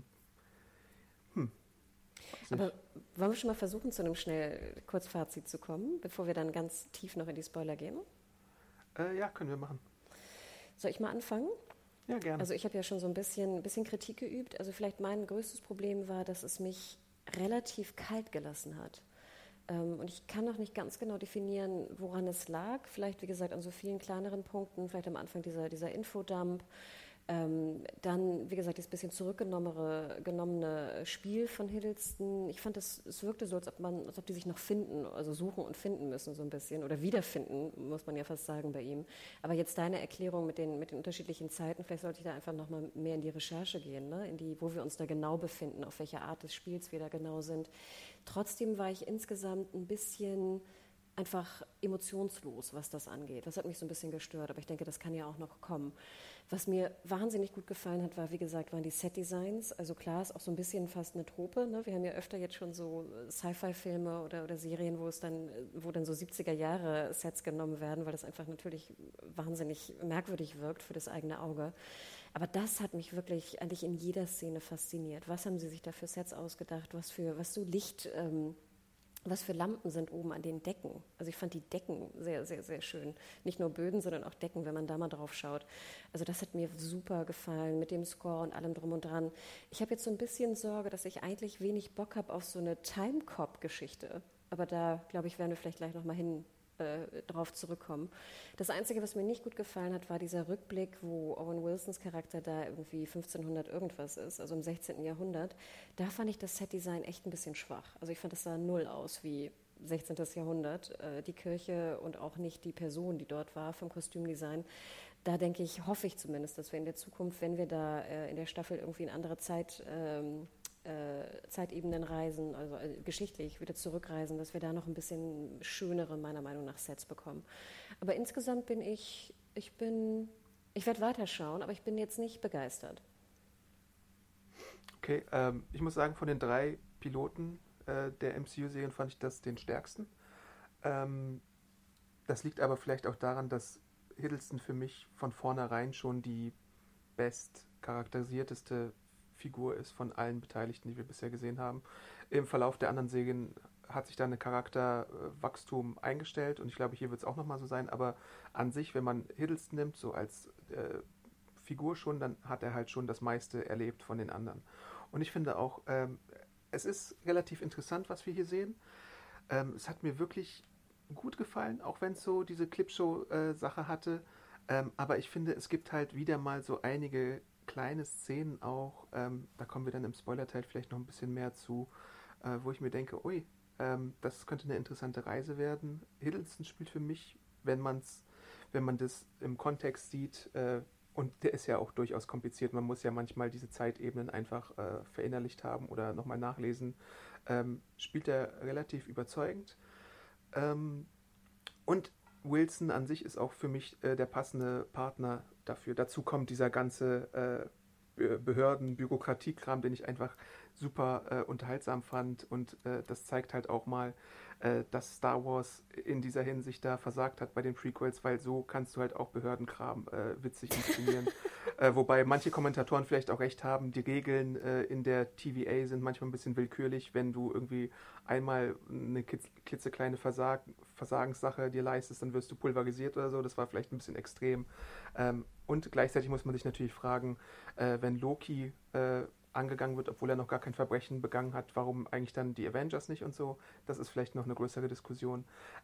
Aber wollen wir schon mal versuchen, zu einem schnell Kurzfazit zu kommen, bevor wir dann ganz tief noch in die Spoiler gehen? Ja, können wir machen. Soll ich mal anfangen? Ja, gerne. Also ich habe ja schon so ein bisschen Kritik geübt. Also vielleicht mein größtes Problem war, dass es mich relativ kalt gelassen hat. Und ich kann noch nicht ganz genau definieren, woran es lag. Vielleicht, wie gesagt, an so vielen kleineren Punkten. Vielleicht am Anfang dieser Infodump. Dann, wie gesagt, dieses bisschen zurückgenommene Spiel von Hiddleston. Ich fand, es wirkte so, als ob die sich noch finden, also suchen und finden müssen so ein bisschen. Oder wiederfinden, muss man ja fast sagen bei ihm. Aber jetzt deine Erklärung mit den unterschiedlichen Zeiten, vielleicht sollte ich da einfach noch mal mehr in die Recherche gehen, ne? Wo wir uns da genau befinden, auf welcher Art des Spiels wir da genau sind. Trotzdem war ich insgesamt ein bisschen einfach emotionslos, was das angeht. Das hat mich so ein bisschen gestört, aber ich denke, das kann ja auch noch kommen. Was mir wahnsinnig gut gefallen hat, waren die Set-Designs. Also klar, ist auch so ein bisschen fast eine Trope, ne? Wir haben ja öfter jetzt schon so Sci-Fi-Filme oder Serien, wo dann so 70er-Jahre-Sets genommen werden, weil das einfach natürlich wahnsinnig merkwürdig wirkt für das eigene Auge. Aber das hat mich wirklich eigentlich in jeder Szene fasziniert. Was haben sie sich da für Sets ausgedacht? Was für Lampen sind oben an den Decken? Also ich fand die Decken sehr, sehr, sehr schön. Nicht nur Böden, sondern auch Decken, wenn man da mal drauf schaut. Also das hat mir super gefallen mit dem Score und allem drum und dran. Ich habe jetzt so ein bisschen Sorge, dass ich eigentlich wenig Bock habe auf so eine Time-Cop-Geschichte. Aber da, glaube ich, werden wir vielleicht gleich nochmal drauf zurückkommen. Das Einzige, was mir nicht gut gefallen hat, war dieser Rückblick, wo Owen Wilsons Charakter da irgendwie 1500 irgendwas ist, also im 16. Jahrhundert. Da fand ich das Setdesign echt ein bisschen schwach. Also ich fand, das sah null aus wie 16. Jahrhundert. Die Kirche und auch nicht die Person, die dort war vom Kostümdesign. Da hoffe ich zumindest, dass wir in der Zukunft, wenn wir da in der Staffel irgendwie in andere Zeitebenen reisen, also geschichtlich wieder zurückreisen, dass wir da noch ein bisschen schönere, meiner Meinung nach, Sets bekommen. Aber insgesamt ich werde weiterschauen, aber ich bin jetzt nicht begeistert. Okay, ich muss sagen, von den 3 Piloten der MCU-Serien fand ich das den stärksten. Das liegt aber vielleicht auch daran, dass Hiddleston für mich von vornherein schon die best charakterisierteste Figur ist von allen Beteiligten, die wir bisher gesehen haben. Im Verlauf der anderen Serien hat sich da eine Charakterwachstum eingestellt und ich glaube, hier wird es auch nochmal so sein, aber an sich, wenn man Hiddleston nimmt, so als Figur schon, dann hat er halt schon das meiste erlebt von den anderen. Und ich finde auch, es ist relativ interessant, was wir hier sehen. Es hat mir wirklich gut gefallen, auch wenn es so diese Clipshow-Sache hatte. Aber ich finde, es gibt halt wieder mal so einige kleine Szenen auch, da kommen wir dann im Spoiler-Teil vielleicht noch ein bisschen mehr zu, wo ich mir denke, das könnte eine interessante Reise werden. Hiddleston spielt für mich, wenn man wenn man das im Kontext sieht, und der ist ja auch durchaus kompliziert, man muss ja manchmal diese Zeitebenen einfach verinnerlicht haben oder nochmal nachlesen, spielt er relativ überzeugend. Und Wilson an sich ist auch für mich der passende Partner dafür. Dazu kommt dieser ganze Behörden-Bürokratiekram, den ich einfach super unterhaltsam fand, und das zeigt halt auch mal, dass Star Wars in dieser Hinsicht da versagt hat bei den Prequels, weil so kannst du halt auch Behördenkram witzig inszenieren. Wobei manche Kommentatoren vielleicht auch recht haben, die Regeln in der TVA sind manchmal ein bisschen willkürlich, wenn du irgendwie einmal eine klitzekleine Versagenssache dir leistest, dann wirst du pulverisiert oder so. Das war vielleicht ein bisschen extrem. Und gleichzeitig muss man sich natürlich fragen, wenn Loki angegangen wird, obwohl er noch gar kein Verbrechen begangen hat, warum eigentlich dann die Avengers nicht und so. Das ist vielleicht noch eine größere Diskussion.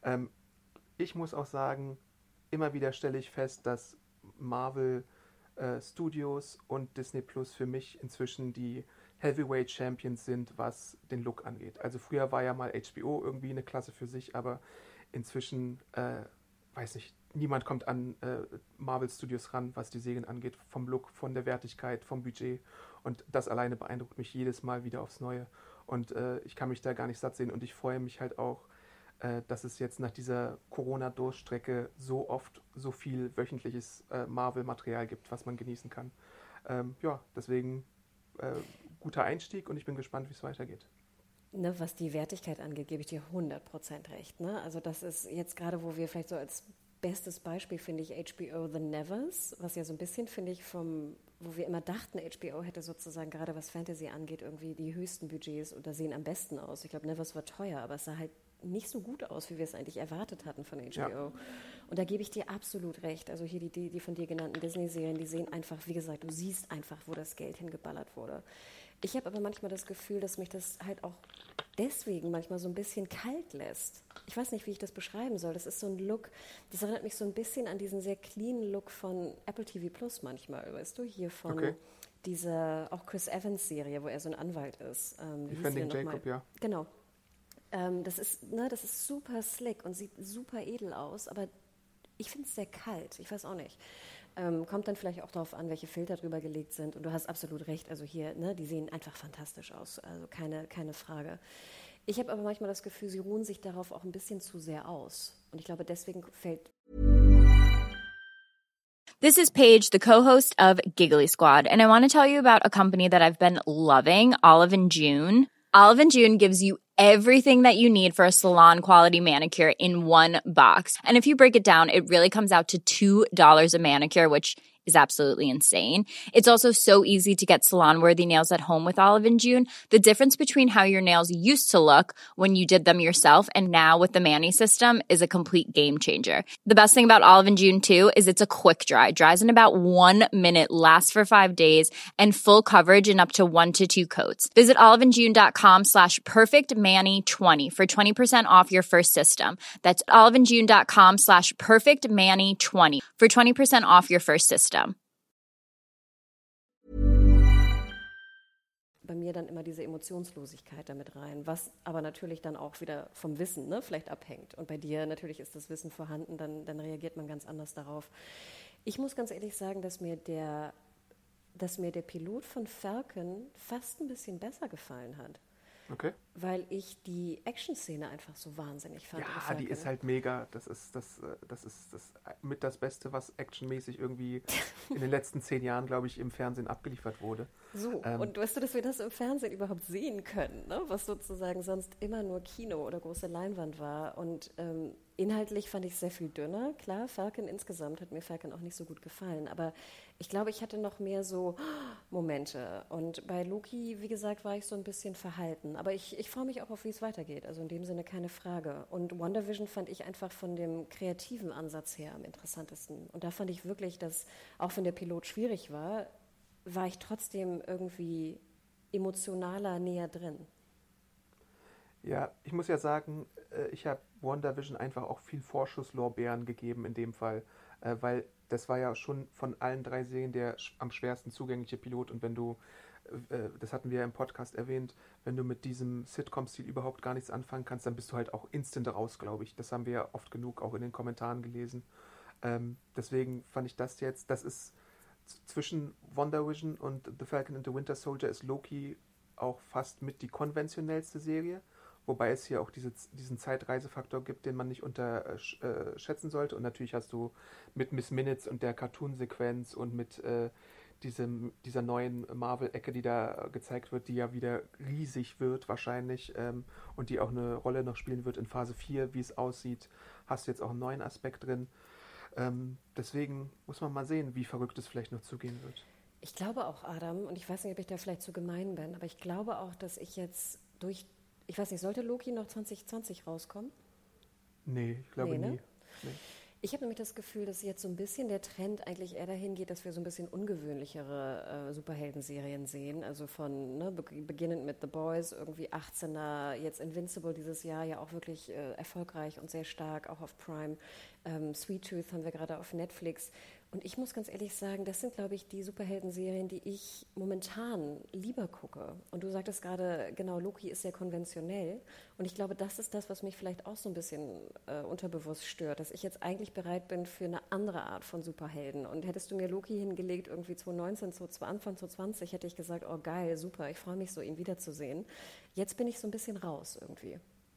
Ich muss auch sagen, immer wieder stelle ich fest, dass Marvel Studios und Disney Plus für mich inzwischen die Heavyweight Champions sind, was den Look angeht. Also früher war ja mal HBO irgendwie eine Klasse für sich, aber inzwischen, weiß nicht, niemand kommt an Marvel Studios ran, was die Serien angeht, vom Look, von der Wertigkeit, vom Budget. Und das alleine beeindruckt mich jedes Mal wieder aufs Neue. Und ich kann mich da gar nicht satt sehen. Und ich freue mich halt auch, dass es jetzt nach dieser Corona-Durchstrecke so oft so viel wöchentliches Marvel-Material gibt, was man genießen kann. Ja, deswegen guter Einstieg, und ich bin gespannt, wie es weitergeht. Ne, was die Wertigkeit angeht, gebe ich dir 100% recht. Ne? Also das ist jetzt gerade, wo wir vielleicht so als bestes Beispiel, finde ich, HBO The Nevers, was ja so ein bisschen, finde ich, wo wir immer dachten, HBO hätte sozusagen, gerade was Fantasy angeht, irgendwie die höchsten Budgets oder sehen am besten aus. Ich glaube, Nevers war teuer, aber es sah halt nicht so gut aus, wie wir es eigentlich erwartet hatten von HBO. Ja. Und da gebe ich dir absolut recht. Also hier die von dir genannten Disney-Serien, die sehen einfach, wie gesagt, du siehst einfach, wo das Geld hingeballert wurde. Ich habe aber manchmal das Gefühl, dass mich das halt auch deswegen manchmal so ein bisschen kalt lässt. Ich weiß nicht, wie ich das beschreiben soll. Das ist so ein Look, das erinnert mich so ein bisschen an diesen sehr cleanen Look von Apple TV Plus manchmal, weißt du, hier von dieser auch Chris Evans-Serie, wo er so ein Anwalt ist. Defending Jacob, ja. Genau. Das ist super slick und sieht super edel aus, aber ich finde es sehr kalt. Ich weiß auch nicht. Kommt dann vielleicht auch darauf an, welche Filter drüber gelegt sind. Und du hast absolut recht. Also hier, ne, die sehen einfach fantastisch aus. Also keine Frage. Ich habe aber manchmal das Gefühl, sie ruhen sich darauf auch ein bisschen zu sehr aus. Und ich glaube, deswegen fällt... This is Paige, the co-host of Giggly Squad. And I want to tell you about a company that I've been loving, Olive & June. Olive & June gives you everything that you need for a salon-quality manicure in one box. And if you break it down, it really comes out to $2 a manicure, which is absolutely insane. It's also so easy to get salon-worthy nails at home with Olive & June. The difference between how your nails used to look when you did them yourself and now with the Mani system is a complete game changer. The best thing about Olive & June, too, is it's a quick dry. Dries in about 1 minute, lasts for 5 days, and full coverage in up to 1 to 2 coats. Visit oliveandjune.com/perfectmani20 for 20% off your first system. That's oliveandjune.com/perfectmani20 for 20% off your first system. Bei mir dann immer diese Emotionslosigkeit damit rein, was aber natürlich dann auch wieder vom Wissen, ne, vielleicht abhängt. Und bei dir natürlich ist das Wissen vorhanden, dann reagiert man ganz anders darauf. Ich muss ganz ehrlich sagen, dass mir der Pilot von Falcon fast ein bisschen besser gefallen hat. Okay. Weil ich die Action-Szene einfach so wahnsinnig fand. Ja, die ist halt mega. Das ist mit das Beste, was actionmäßig irgendwie in den letzten 10 Jahren, glaube ich, im Fernsehen abgeliefert wurde. So, und weißt du, dass wir das im Fernsehen überhaupt sehen können, ne? Was sozusagen sonst immer nur Kino oder große Leinwand war. Und inhaltlich fand ich es sehr viel dünner. Klar, Falcon insgesamt hat mir Falcon auch nicht so gut gefallen. Aber ich glaube, ich hatte noch mehr so Momente. Und bei Loki, wie gesagt, war ich so ein bisschen verhalten. Aber ich freue mich auch auf, wie es weitergeht. Also in dem Sinne keine Frage. Und WandaVision fand ich einfach von dem kreativen Ansatz her am interessantesten. Und da fand ich wirklich, dass auch wenn der Pilot schwierig war ich trotzdem irgendwie emotionaler näher drin. Ja, ich muss ja sagen, ich habe WandaVision einfach auch viel Vorschusslorbeeren gegeben in dem Fall, weil das war ja schon von allen 3 Serien der am schwersten zugängliche Pilot, und wenn du, das hatten wir ja im Podcast erwähnt, wenn du mit diesem Sitcom-Stil überhaupt gar nichts anfangen kannst, dann bist du halt auch instant raus, glaube ich. Das haben wir ja oft genug auch in den Kommentaren gelesen. Deswegen fand ich das ist zwischen WandaVision und The Falcon and the Winter Soldier ist Loki auch fast mit die konventionellste Serie, wobei es hier auch diesen Zeitreisefaktor gibt, den man nicht unterschätzen sollte. Und natürlich hast du mit Miss Minutes und der Cartoon-Sequenz und mit dieser neuen Marvel-Ecke, die da gezeigt wird, die ja wieder riesig wird wahrscheinlich und die auch eine Rolle noch spielen wird in Phase 4, wie es aussieht, hast du jetzt auch einen neuen Aspekt drin. Deswegen muss man mal sehen, wie verrückt es vielleicht noch zugehen wird. Ich glaube auch, Adam, und ich weiß nicht, ob ich da vielleicht zu gemein bin, aber ich glaube auch, dass ich jetzt ich weiß nicht, sollte Loki noch 2020 rauskommen? Nee, ich glaube nie. Nee. Ich habe nämlich das Gefühl, dass jetzt so ein bisschen der Trend eigentlich eher dahin geht, dass wir so ein bisschen ungewöhnlichere Superhelden-Serien sehen. Also von, beginnend mit The Boys, irgendwie 18er, jetzt Invincible dieses Jahr ja auch wirklich erfolgreich und sehr stark, auch auf Prime. Sweet Tooth haben wir gerade auf Netflix. Und ich muss ganz ehrlich sagen, das sind, glaube ich, die Superhelden-Serien, die ich momentan lieber gucke. Und du sagtest gerade, genau, Loki ist sehr konventionell. Und ich glaube, das ist das, was mich vielleicht auch so ein bisschen unterbewusst stört, dass ich jetzt eigentlich bereit bin für eine andere Art von Superhelden. Und hättest du mir Loki hingelegt, irgendwie 2019, Anfang 2020, hätte ich gesagt, oh geil, super, ich freue mich so, ihn wiederzusehen. Jetzt bin ich so ein bisschen raus irgendwie.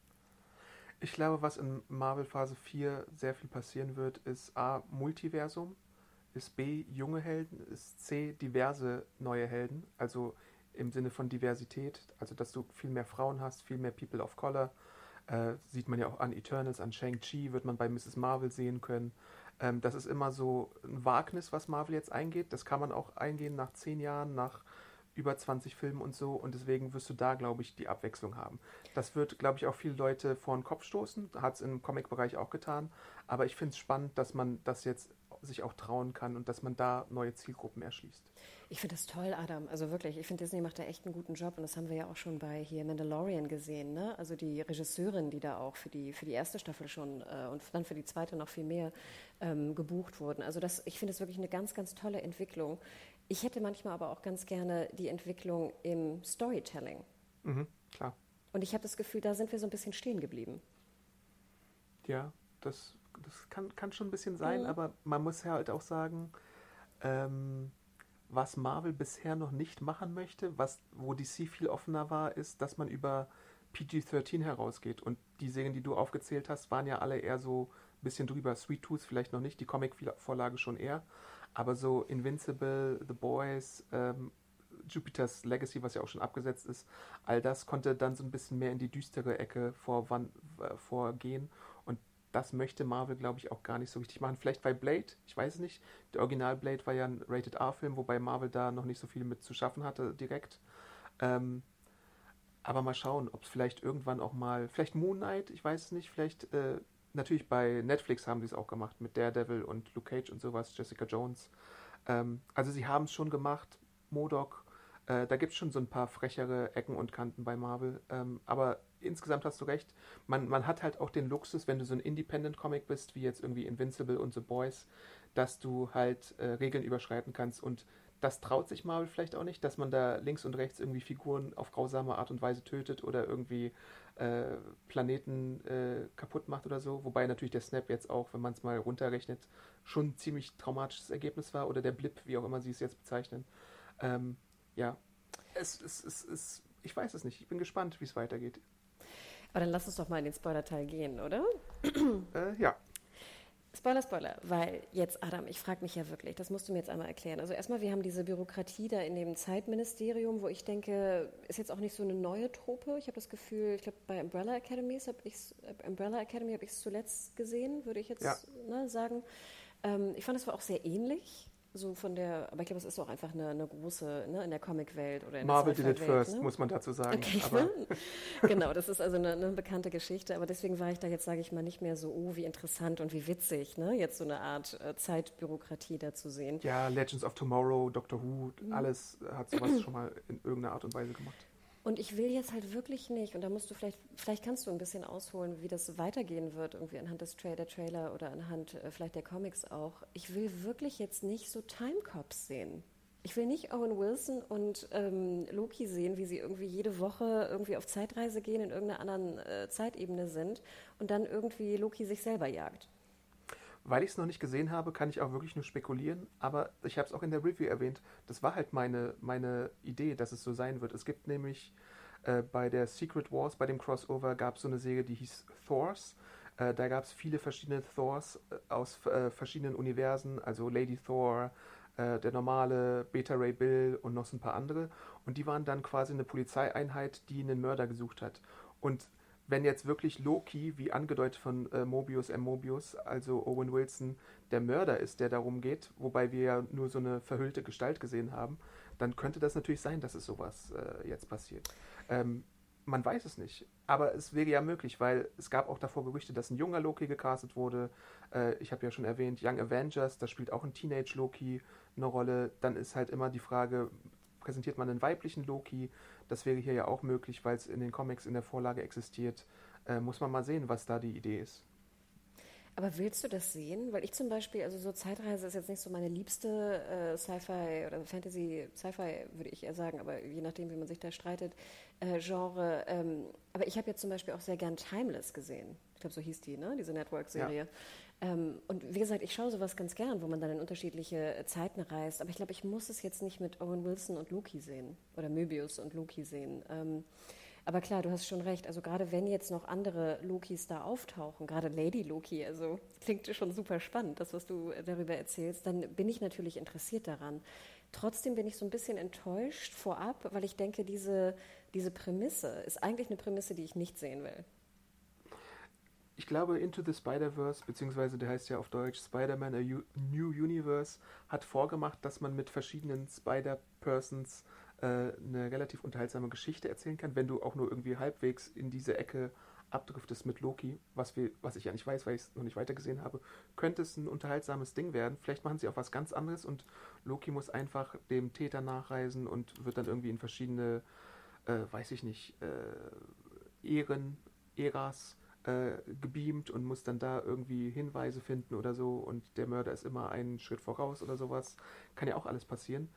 Ich glaube, was in Marvel Phase 4 sehr viel passieren wird, ist A, Multiversum, ist B, junge Helden, ist C, diverse neue Helden, also im Sinne von Diversität, also dass du viel mehr Frauen hast, viel mehr People of Color, sieht man ja auch an Eternals, an Shang-Chi, wird man bei Mrs. Marvel sehen können. Das ist immer so ein Wagnis, was Marvel jetzt eingeht, das kann man auch eingehen nach 10 Jahren, nach über 20 Filmen und so, und deswegen wirst du da, glaube ich, die Abwechslung haben. Das wird, glaube ich, auch viele Leute vor den Kopf stoßen, hat es im Comic-Bereich auch getan, aber ich finde es spannend, dass man das jetzt sich auch trauen kann und dass man da neue Zielgruppen erschließt. Ich finde das toll, Adam. Also wirklich, ich finde, Disney macht da echt einen guten Job und das haben wir ja auch schon bei hier Mandalorian gesehen, ne? Also die Regisseurin, die da auch für die erste Staffel schon und dann für die zweite noch viel mehr gebucht wurden. Also ich finde es wirklich eine ganz, ganz tolle Entwicklung. Ich hätte manchmal aber auch ganz gerne die Entwicklung im Storytelling. Mhm, klar. Und ich habe das Gefühl, da sind wir so ein bisschen stehen geblieben. Ja, das kann schon ein bisschen sein, aber man muss ja halt auch sagen, was Marvel bisher noch nicht machen möchte, wo DC viel offener war, ist, dass man über PG-13 herausgeht. Und die Serien, die du aufgezählt hast, waren ja alle eher so ein bisschen drüber. Sweet Tooth vielleicht noch nicht, die Comic-Vorlage schon eher. Aber so Invincible, The Boys, Jupiter's Legacy, was ja auch schon abgesetzt ist, all das konnte dann so ein bisschen mehr in die düstere Ecke vorgehen. Und das möchte Marvel, glaube ich, auch gar nicht so richtig machen. Vielleicht bei Blade, ich weiß es nicht. Der Original Blade war ja ein Rated-R-Film, wobei Marvel da noch nicht so viel mit zu schaffen hatte direkt. Aber mal schauen, ob es vielleicht irgendwann auch mal, vielleicht Moon Knight, ich weiß es nicht, vielleicht, natürlich bei Netflix haben sie es auch gemacht mit Daredevil und Luke Cage und sowas, Jessica Jones. Also sie haben es schon gemacht, MODOK, da gibt es schon so ein paar frechere Ecken und Kanten bei Marvel, aber insgesamt hast du recht, man hat halt auch den Luxus, wenn du so ein Independent-Comic bist, wie jetzt irgendwie Invincible und The Boys, dass du halt Regeln überschreiten kannst, und das traut sich Marvel vielleicht auch nicht, dass man da links und rechts irgendwie Figuren auf grausame Art und Weise tötet oder irgendwie Planeten kaputt macht oder so, wobei natürlich der Snap jetzt auch, wenn man es mal runterrechnet, schon ein ziemlich traumatisches Ergebnis war, oder der Blip, wie auch immer sie es jetzt bezeichnen. Ja, ich weiß es nicht. Ich bin gespannt, wie es weitergeht. Aber dann lass uns doch mal in den Spoiler-Teil gehen, oder? Ja. Spoiler, weil jetzt, Adam, ich frage mich ja wirklich, das musst du mir jetzt einmal erklären. Also erstmal, wir haben diese Bürokratie da in dem Zeitministerium, wo ich denke, ist jetzt auch nicht so eine neue Trope. Ich habe das Gefühl, ich glaube, bei Umbrella Academy habe ich es zuletzt gesehen, würde ich jetzt sagen. Ich fand, es war auch sehr ähnlich. So aber ich glaube, es ist auch einfach eine große, in der Comic-Welt oder in der Marvel did it Sci-Fi-Welt, first, muss man dazu sagen. Okay. Aber genau, das ist also eine bekannte Geschichte, aber deswegen war ich da jetzt, sage ich mal, nicht mehr so, wie interessant und wie witzig, jetzt so eine Art Zeitbürokratie da zu sehen. Ja, Legends of Tomorrow, Doctor Who, alles hat sowas schon mal in irgendeiner Art und Weise gemacht. Und ich will jetzt halt wirklich nicht, und da musst du vielleicht kannst du ein bisschen ausholen, wie das weitergehen wird, irgendwie anhand der Trailer oder anhand vielleicht der Comics auch. Ich will wirklich jetzt nicht so Timecops sehen. Ich will nicht Owen Wilson und Loki sehen, wie sie irgendwie jede Woche irgendwie auf Zeitreise gehen, in irgendeiner anderen Zeitebene sind und dann irgendwie Loki sich selber jagt. Weil ich es noch nicht gesehen habe, kann ich auch wirklich nur spekulieren, aber ich habe es auch in der Review erwähnt, das war halt meine Idee, dass es so sein wird. Es gibt nämlich bei der Secret Wars, bei dem Crossover, gab es so eine Serie, die hieß Thors. Da gab es viele verschiedene Thors aus verschiedenen Universen, also Lady Thor, der normale Beta Ray Bill und noch so ein paar andere. Und die waren dann quasi eine Polizeieinheit, die einen Mörder gesucht hat. Und wenn jetzt wirklich Loki, wie angedeutet von Mobius M. Mobius, also Owen Wilson, der Mörder ist, der darum geht, wobei wir ja nur so eine verhüllte Gestalt gesehen haben, dann könnte das natürlich sein, dass es sowas jetzt passiert. Man weiß es nicht, aber es wäre ja möglich, weil es gab auch davor Gerüchte, dass ein junger Loki gecastet wurde. Ich habe ja schon erwähnt, Young Avengers, da spielt auch ein Teenage-Loki eine Rolle. Dann ist halt immer die Frage, präsentiert man einen weiblichen Loki? Das wäre hier ja auch möglich, weil es in den Comics in der Vorlage existiert. Muss man mal sehen, was da die Idee ist. Aber willst du das sehen? Weil ich zum Beispiel, also so Zeitreise ist jetzt nicht so meine liebste Sci-Fi oder Fantasy, Sci-Fi würde ich eher sagen, aber je nachdem, wie man sich da streitet, Genre. Aber ich habe jetzt zum Beispiel auch sehr gern Timeless gesehen. Ich glaube, so hieß die, ne? Diese Network-Serie. Ja. Und wie gesagt, ich schaue sowas ganz gern, wo man dann in unterschiedliche Zeiten reist. Aber ich glaube, ich muss es jetzt nicht mit Owen Wilson und Loki sehen oder Möbius und Loki sehen. Aber klar, du hast schon recht. Also gerade wenn jetzt noch andere Lokis da auftauchen, gerade Lady Loki, also klingt schon super spannend, das, was du darüber erzählst, dann bin ich natürlich interessiert daran. Trotzdem bin ich so ein bisschen enttäuscht vorab, weil ich denke, diese Prämisse ist eigentlich eine Prämisse, die ich nicht sehen will. Ich glaube, Into the Spider-Verse, beziehungsweise der heißt ja auf Deutsch Spider-Man A New Universe, hat vorgemacht, dass man mit verschiedenen Spider-Persons eine relativ unterhaltsame Geschichte erzählen kann, wenn du auch nur irgendwie halbwegs in diese Ecke abdriftest mit Loki, was ich ja nicht weiß, weil ich es noch nicht weitergesehen habe, könnte es ein unterhaltsames Ding werden. Vielleicht machen sie auch was ganz anderes und Loki muss einfach dem Täter nachreisen und wird dann irgendwie in verschiedene, weiß ich nicht, Äras gebeamt und muss dann da irgendwie Hinweise finden oder so und der Mörder ist immer einen Schritt voraus oder sowas. Kann ja auch alles passieren.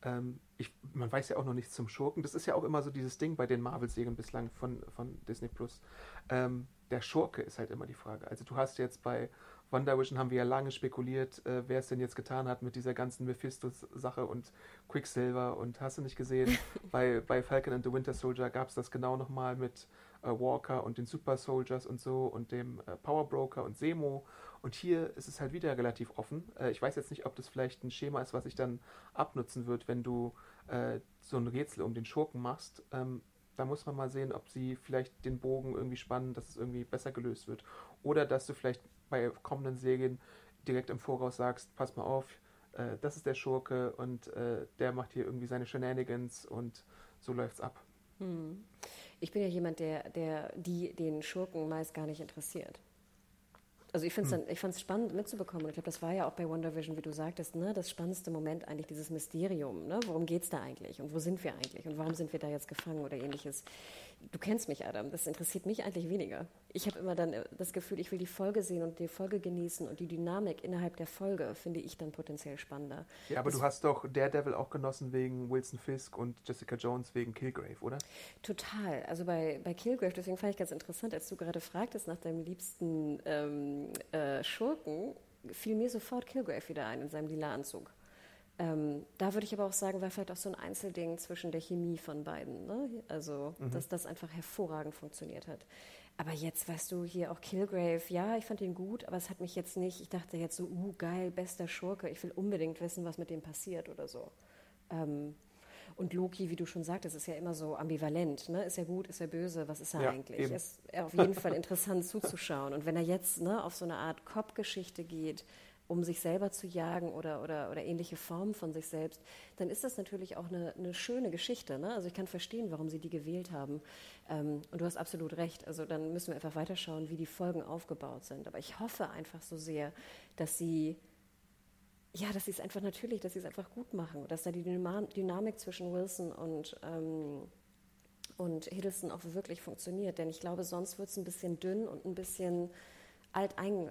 Man weiß ja auch noch nichts zum Schurken. Das ist ja auch immer so dieses Ding bei den Marvel-Serien bislang von Disney+. Der Schurke ist halt immer die Frage. Also du hast jetzt bei WandaVision haben wir ja lange spekuliert, wer es denn jetzt getan hat mit dieser ganzen Mephisto-Sache und Quicksilver und hast du nicht gesehen, bei Falcon and the Winter Soldier gab es das genau nochmal mit Walker und den Super Soldiers und so und dem Power Broker und Zemo und hier ist es halt wieder relativ offen. Ich weiß jetzt nicht, ob das vielleicht ein Schema ist, was sich dann abnutzen wird, wenn du so ein Rätsel um den Schurken machst. Da muss man mal sehen, ob sie vielleicht den Bogen irgendwie spannen, dass es irgendwie besser gelöst wird. Oder dass du vielleicht bei kommenden Serien direkt im Voraus sagst, pass mal auf, das ist der Schurke und der macht hier irgendwie seine Shenanigans und so läuft's ab. Ich bin ja jemand, der den Schurken meist gar nicht interessiert. Also ich fand es spannend mitzubekommen. Und ich glaube, das war ja auch bei WandaVision, wie du sagtest, ne, das spannendste Moment eigentlich, dieses Mysterium. Ne? Worum geht es da eigentlich? Und wo sind wir eigentlich? Und warum sind wir da jetzt gefangen oder ähnliches? Du kennst mich, Adam. Das interessiert mich eigentlich weniger. Ich habe immer dann das Gefühl, ich will die Folge sehen und die Folge genießen. Und die Dynamik innerhalb der Folge finde ich dann potenziell spannender. Ja, aber du hast doch Daredevil auch genossen wegen Wilson Fisk und Jessica Jones wegen Kilgrave, oder? Total. Also bei Kilgrave, deswegen fand ich ganz interessant, als du gerade fragtest nach deinem liebsten Schurken, fiel mir sofort Kilgrave wieder ein in seinem lila Anzug. Da würde ich aber auch sagen, war vielleicht auch so ein Einzelding zwischen der Chemie von beiden. Ne? Also, dass das einfach hervorragend funktioniert hat. Aber jetzt, weißt du, hier auch Kilgrave, ja, ich fand ihn gut, aber es hat mich jetzt nicht, ich dachte jetzt so, geil, bester Schurke, ich will unbedingt wissen, was mit dem passiert oder so. Und Loki, wie du schon sagtest, ist ja immer so ambivalent. Ne? Ist er gut, ist er böse, was ist er eigentlich? Eben. Ist auf jeden Fall interessant zuzuschauen. Und wenn er jetzt auf so eine Art Cop-Geschichte geht, um sich selber zu jagen oder ähnliche Formen von sich selbst, dann ist das natürlich auch eine schöne Geschichte. Ne? Also ich kann verstehen, warum sie die gewählt haben. Und du hast absolut recht. Also dann müssen wir einfach weiterschauen, wie die Folgen aufgebaut sind. Aber ich hoffe einfach so sehr, dass sie es einfach natürlich, dass sie es einfach gut machen. Dass da die Dynamik zwischen Wilson und Hiddleston auch wirklich funktioniert. Denn ich glaube, sonst wird es ein bisschen dünn und ein bisschen alt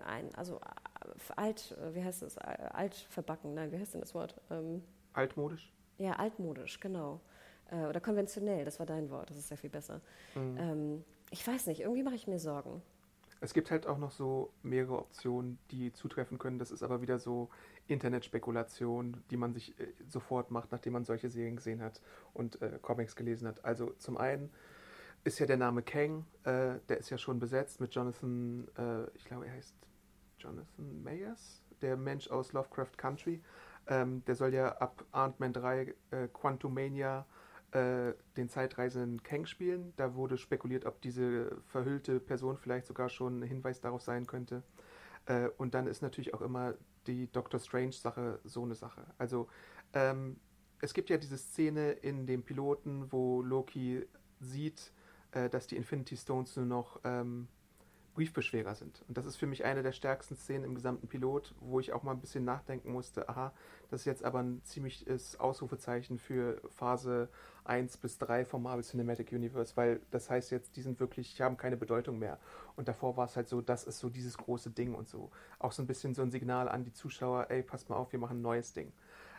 verbacken. Nein, wie heißt denn das Wort? Altmodisch? Ja, altmodisch, genau. Oder konventionell, das war dein Wort, das ist sehr viel besser. Ich weiß nicht, irgendwie mache ich mir Sorgen. Es gibt halt auch noch so mehrere Optionen, die zutreffen können. Das ist aber wieder so Internetspekulation, die man sich sofort macht, nachdem man solche Serien gesehen hat und Comics gelesen hat. Also zum einen ist ja der Name Kang, der ist ja schon besetzt mit Jonathan, ich glaube er heißt Jonathan Mayers, der Mensch aus Lovecraft Country. Der soll ja ab Ant-Man 3 Quantumania den zeitreisenden Kang spielen. Da wurde spekuliert, ob diese verhüllte Person vielleicht sogar schon ein Hinweis darauf sein könnte. Und dann ist natürlich auch immer die Doctor Strange-Sache so eine Sache. Also es gibt ja diese Szene in dem Piloten, wo Loki sieht, dass die Infinity Stones nur noch Briefbeschwerer sind. Und das ist für mich eine der stärksten Szenen im gesamten Pilot, wo ich auch mal ein bisschen nachdenken musste, aha, das ist jetzt aber ein ziemliches Ausrufezeichen für Phase 1 bis 3 vom Marvel Cinematic Universe, weil das heißt jetzt, die haben keine Bedeutung mehr. Und davor war es halt so, das ist so dieses große Ding und so. Auch so ein bisschen so ein Signal an die Zuschauer, ey, passt mal auf, wir machen ein neues Ding.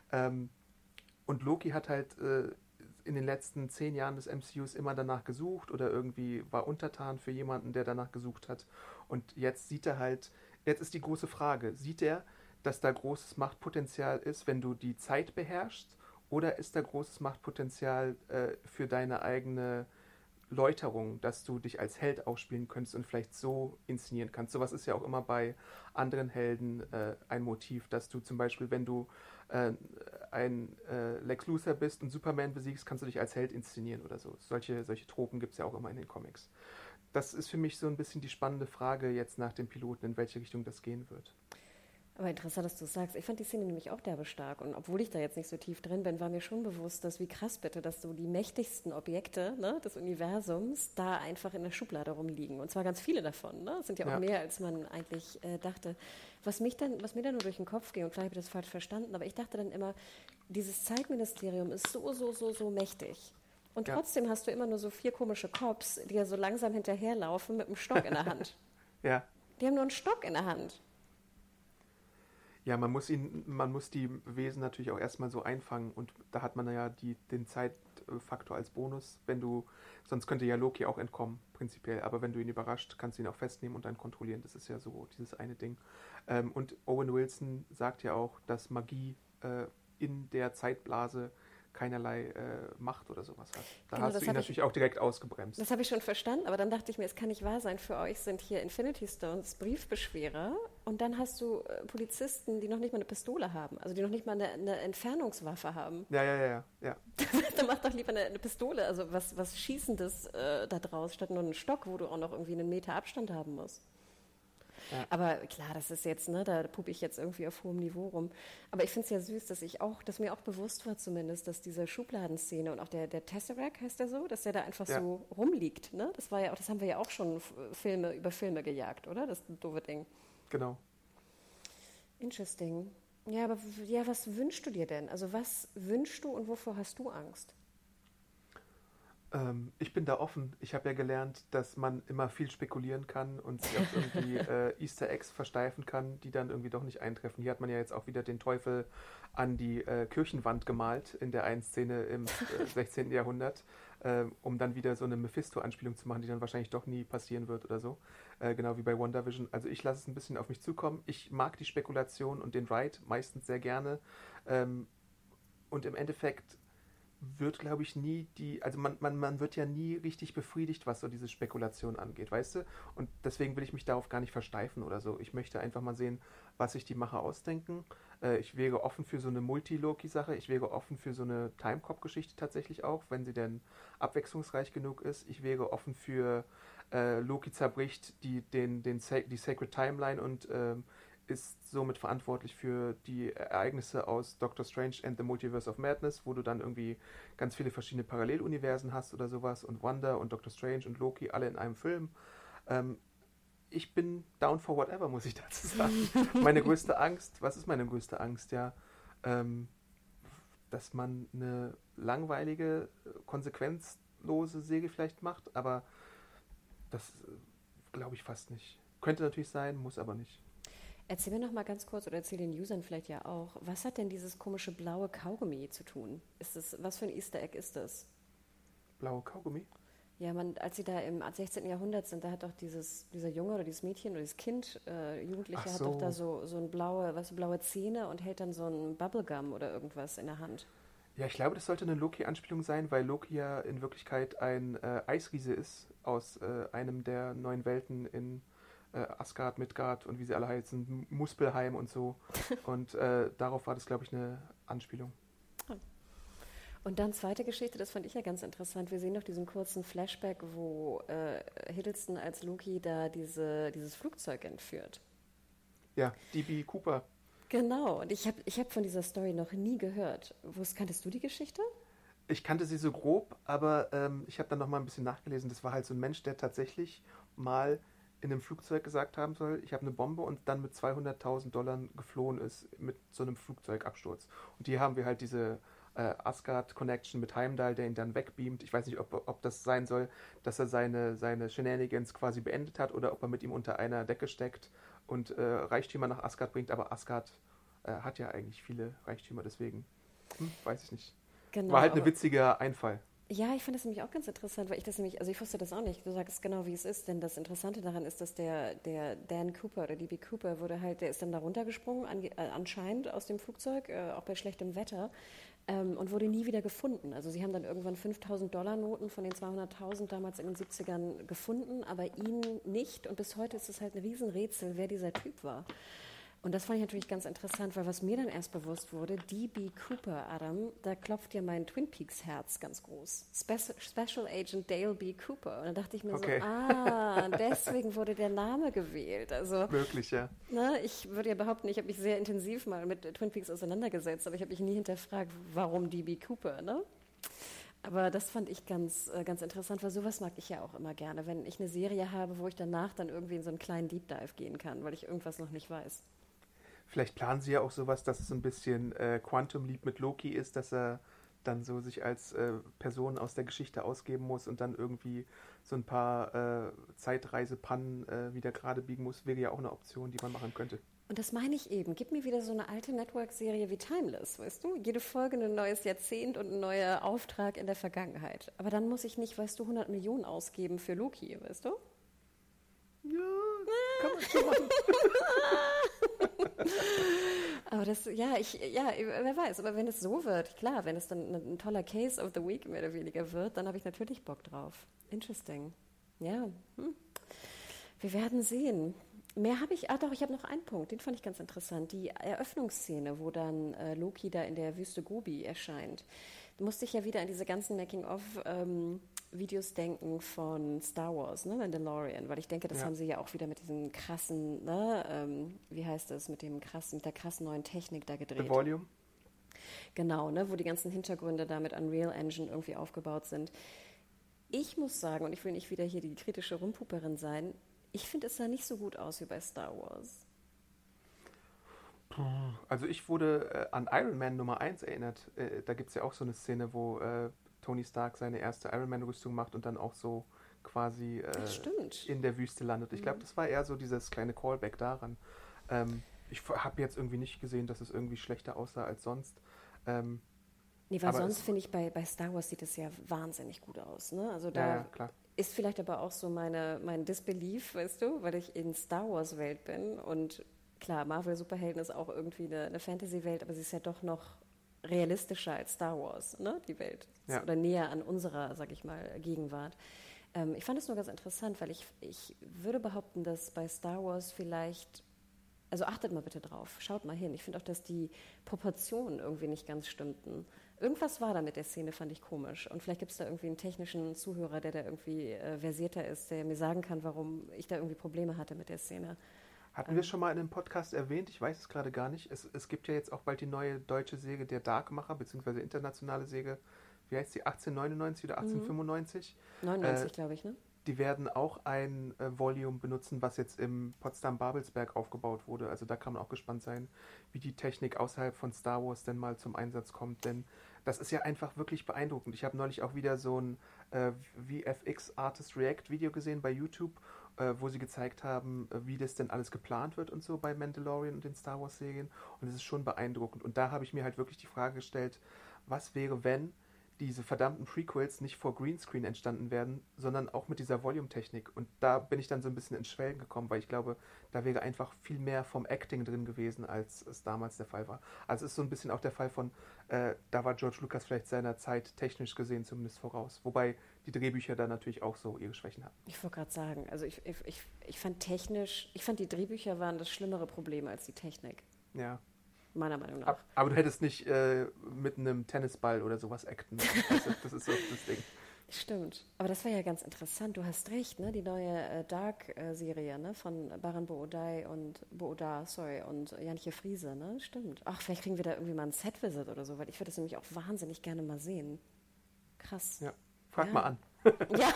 Und Loki hat halt in den letzten 10 Jahren des MCUs immer danach gesucht oder irgendwie war untertan für jemanden, der danach gesucht hat. Und jetzt sieht er halt, jetzt ist die große Frage, sieht er, dass da großes Machtpotenzial ist, wenn du die Zeit beherrschst, oder ist da großes Machtpotenzial für deine eigene Läuterung, dass du dich als Held ausspielen könntest und vielleicht so inszenieren kannst. Sowas ist ja auch immer bei anderen Helden ein Motiv, dass du zum Beispiel, wenn du ein Lex Luthor bist und Superman besiegst, kannst du dich als Held inszenieren oder so. Solche Tropen gibt es ja auch immer in den Comics. Das ist für mich so ein bisschen die spannende Frage jetzt nach dem Piloten, in welche Richtung das gehen wird. Aber interessant, dass du es sagst. Ich fand die Szene nämlich auch derbe stark. Und obwohl ich da jetzt nicht so tief drin bin, war mir schon bewusst, dass wie krass bitte, dass so die mächtigsten Objekte, ne, des Universums da einfach in der Schublade rumliegen. Und zwar ganz viele davon. Ne? Das sind ja auch mehr, als man eigentlich dachte. Was mir dann nur durch den Kopf ging, und vielleicht habe ich das falsch verstanden, aber ich dachte dann immer, dieses Zeitministerium ist so mächtig. Und trotzdem hast du immer nur so 4 komische Cops, die ja so langsam hinterherlaufen mit einem Stock in der Hand. Ja. Die haben nur einen Stock in der Hand. Ja, man muss die Wesen natürlich auch erstmal so einfangen und da hat man ja den Zeitfaktor als Bonus, sonst könnte ja Loki auch entkommen, prinzipiell, aber wenn du ihn überrascht, kannst du ihn auch festnehmen und dann kontrollieren, das ist ja so dieses eine Ding. Und Owen Wilson sagt ja auch, dass Magie in der Zeitblase keinerlei Macht oder sowas hat. Da hast du ihn natürlich auch direkt ausgebremst. Das habe ich schon verstanden, aber dann dachte ich mir, es kann nicht wahr sein, für euch sind hier Infinity Stones Briefbeschwerer und dann hast du Polizisten, die noch nicht mal eine Pistole haben, also die noch nicht mal eine Entfernungswaffe haben. Ja. Dann mach doch lieber eine Pistole, also was Schießendes da draus, statt nur einen Stock, wo du auch noch irgendwie 1 Meter Abstand haben musst. Ja. Aber klar, das ist jetzt, ne, da puppe ich jetzt irgendwie auf hohem Niveau rum. Aber ich finde es ja süß, dass mir auch bewusst war zumindest, dass diese Schubladenszene und auch der Tesseract, heißt der so, dass der da einfach so rumliegt, ne? Das war ja auch, das haben wir ja auch schon über Filme gejagt, oder? Das doofe Ding. Genau. Interesting. Ja, aber was wünschst du dir denn? Also was wünschst du und wovor hast du Angst? Ich bin da offen. Ich habe ja gelernt, dass man immer viel spekulieren kann und sich auf irgendwie Easter Eggs versteifen kann, die dann irgendwie doch nicht eintreffen. Hier hat man ja jetzt auch wieder den Teufel an die Kirchenwand gemalt in der einen Szene im 16. Jahrhundert, um dann wieder so eine Mephisto-Anspielung zu machen, die dann wahrscheinlich doch nie passieren wird oder so. Genau wie bei WandaVision. Also ich lasse es ein bisschen auf mich zukommen. Ich mag die Spekulation und den Ride meistens sehr gerne. Und im Endeffekt wird, glaube ich, man wird ja nie richtig befriedigt, was so diese Spekulation angeht, weißt du? Und deswegen will ich mich darauf gar nicht versteifen oder so. Ich möchte einfach mal sehen, was sich die Macher ausdenken. Ich wäre offen für so eine Multi-Loki-Sache. Ich wäre offen für so eine Time-Cop-Geschichte tatsächlich auch, wenn sie denn abwechslungsreich genug ist. Ich wäre offen für Loki zerbricht die Sacred Timeline und ist somit verantwortlich für die Ereignisse aus Doctor Strange and the Multiverse of Madness, wo du dann irgendwie ganz viele verschiedene Paralleluniversen hast oder sowas und Wanda und Doctor Strange und Loki alle in einem Film. Ich bin down for whatever, muss ich dazu sagen. Meine größte Angst, was ist meine größte Angst? Ja, dass man eine langweilige, konsequenzlose Serie vielleicht macht, aber das glaube ich fast nicht. Könnte natürlich sein, muss aber nicht. Erzähl mir noch mal ganz kurz, oder erzähl den Usern vielleicht ja auch, was hat denn dieses komische blaue Kaugummi zu tun? Was für ein Easter Egg ist das? Blaue Kaugummi? Ja, als sie da im 16. Jahrhundert sind, da hat doch dieser Junge oder dieses Mädchen oder dieses Kind, Jugendliche, hat doch da so ein blaue Zähne und hält dann so ein Bubblegum oder irgendwas in der Hand. Ja, ich glaube, das sollte eine Loki-Anspielung sein, weil Loki ja in Wirklichkeit ein Eisriese ist aus einem der neuen Welten in Asgard, Midgard und wie sie alle heißen, Muspelheim und so. Und darauf war das, glaube ich, eine Anspielung. Und dann zweite Geschichte, das fand ich ja ganz interessant. Wir sehen noch diesen kurzen Flashback, wo Hiddleston als Loki da dieses Flugzeug entführt. Ja, DB Cooper. Genau, und ich hab von dieser Story noch nie gehört. Kanntest du die Geschichte? Ich kannte sie so grob, aber ich habe dann noch mal ein bisschen nachgelesen. Das war halt so ein Mensch, der tatsächlich mal in einem Flugzeug gesagt haben soll, ich habe eine Bombe und dann mit $200.000 geflohen ist mit so einem Flugzeugabsturz. Und hier haben wir halt diese Asgard-Connection mit Heimdall, der ihn dann wegbeamt. Ich weiß nicht, ob das sein soll, dass er seine Shenanigans quasi beendet hat oder ob er mit ihm unter einer Decke steckt und Reichtümer nach Asgard bringt. Aber Asgard hat ja eigentlich viele Reichtümer, deswegen weiß ich nicht. Genau, war halt ein witziger Einfall. Ja, ich fand das nämlich auch ganz interessant, weil ich wusste das auch nicht. Du sagst genau, wie es ist, denn das Interessante daran ist, dass der Dan Cooper oder DB Cooper der ist dann da runtergesprungen, anscheinend aus dem Flugzeug, auch bei schlechtem Wetter, und wurde nie wieder gefunden. Also sie haben dann irgendwann $5.000-Noten von den 200.000 damals in den 70ern gefunden, aber ihn nicht. Und bis heute ist es halt ein Riesenrätsel, wer dieser Typ war. Und das fand ich natürlich ganz interessant, weil was mir dann erst bewusst wurde, DB Cooper, Adam, da klopft ja mein Twin Peaks Herz ganz groß. Special Agent Dale B. Cooper. Und dann dachte ich mir deswegen wurde der Name gewählt. Also, möglich, ja. Ich würde ja behaupten, ich habe mich sehr intensiv mal mit Twin Peaks auseinandergesetzt, aber ich habe mich nie hinterfragt, warum DB Cooper, ne? Aber das fand ich ganz, ganz interessant, weil sowas mag ich ja auch immer gerne, wenn ich eine Serie habe, wo ich danach dann irgendwie in so einen kleinen Deep Dive gehen kann, weil ich irgendwas noch nicht weiß. Vielleicht planen sie ja auch sowas, dass es so ein bisschen Quantum Leap mit Loki ist, dass er dann so sich als Person aus der Geschichte ausgeben muss und dann irgendwie so ein paar Zeitreisepannen wieder gerade biegen muss, wäre ja auch eine Option, die man machen könnte. Und das meine ich eben. Gib mir wieder so eine alte Network-Serie wie Timeless, weißt du? Jede Folge ein neues Jahrzehnt und ein neuer Auftrag in der Vergangenheit. Aber dann muss ich nicht, 100 Millionen ausgeben für Loki, weißt du? Ja, kann man schon machen. Aber wer weiß, aber wenn es so wird, klar, wenn es dann ein toller Case of the Week mehr oder weniger wird, dann habe ich natürlich Bock drauf. Interesting. Ja. Wir werden sehen. Mehr habe ich, ich habe noch einen Punkt, den fand ich ganz interessant. Die Eröffnungsszene, wo dann Loki da in der Wüste Gobi erscheint. Da musste ich ja wieder an diese ganzen Making-of-Videos denken von Star Wars, ne, Mandalorian, weil ich denke, das haben sie ja auch wieder mit diesem krassen, wie heißt das, mit der krassen neuen Technik da gedreht. The Volume? Genau, ne, wo die ganzen Hintergründe da mit Unreal Engine irgendwie aufgebaut sind. Ich muss sagen, und ich will nicht wieder hier die kritische Rumpuperin sein, ich finde, es sah nicht so gut aus wie bei Star Wars. Also ich wurde an Iron Man Nummer 1 erinnert. Da gibt es ja auch so eine Szene, wo Tony Stark seine erste Iron Man-Rüstung macht und dann auch so quasi in der Wüste landet. Ich glaube, das war eher so dieses kleine Callback daran. Ich habe jetzt irgendwie nicht gesehen, dass es irgendwie schlechter aussah als sonst. Nee, weil sonst finde ich, bei Star Wars sieht es ja wahnsinnig gut aus. Ne? Also da klar. Ist vielleicht aber auch so mein Disbelief, weißt du, weil ich in Star Wars Welt bin und klar, Marvel-Superhelden ist auch irgendwie eine Fantasy-Welt, aber sie ist ja doch noch realistischer als Star Wars, ne, die Welt. Ja. Oder näher an unserer, sag ich mal, Gegenwart. Ich fand es nur ganz interessant, weil ich würde behaupten, dass bei Star Wars vielleicht, also achtet mal bitte drauf, schaut mal hin. Ich finde auch, dass die Proportionen irgendwie nicht ganz stimmten. Irgendwas war da mit der Szene, fand ich komisch. Und vielleicht gibt es da irgendwie einen technischen Zuhörer, der da irgendwie versierter ist, der mir sagen kann, warum ich da irgendwie Probleme hatte mit der Szene. Hatten wir es schon mal in einem Podcast erwähnt? Ich weiß es gerade gar nicht. Es gibt ja jetzt auch bald die neue deutsche Serie Der Darkmacher, beziehungsweise internationale Serie. Wie heißt die? 1899 oder 1895? 99, glaube ich, ne? Die werden auch ein Volume benutzen, was jetzt im Potsdam-Babelsberg aufgebaut wurde. Also da kann man auch gespannt sein, wie die Technik außerhalb von Star Wars denn mal zum Einsatz kommt. Denn das ist ja einfach wirklich beeindruckend. Ich habe neulich auch wieder so ein VFX Artist React Video gesehen bei YouTube, wo sie gezeigt haben, wie das denn alles geplant wird und so bei Mandalorian und den Star Wars Serien. Und es ist schon beeindruckend. Und da habe ich mir halt wirklich die Frage gestellt, was wäre, wenn diese verdammten Prequels nicht vor Greenscreen entstanden werden, sondern auch mit dieser Volume-Technik. Und da bin ich dann so ein bisschen ins Schwelgen gekommen, weil ich glaube, da wäre einfach viel mehr vom Acting drin gewesen, als es damals der Fall war. Also es ist so ein bisschen auch der Fall von, da war George Lucas vielleicht seiner Zeit technisch gesehen zumindest voraus. Wobei die Drehbücher da natürlich auch so ihre Schwächen hatten. Ich wollte gerade sagen, also ich fand die Drehbücher waren das schlimmere Problem als die Technik. Ja. Meiner Meinung nach. Aber du hättest nicht mit einem Tennisball oder sowas acten. Also, das ist so das Ding. Stimmt. Aber das war ja ganz interessant. Du hast recht, ne? Die neue Dark-Serie, ne? Von Baran Booda und Janche Friese, ne? Stimmt. Ach, vielleicht kriegen wir da irgendwie mal ein Set-Visit oder so, weil ich würde das nämlich auch wahnsinnig gerne mal sehen. Krass. Ja. Frag mal an. Ja.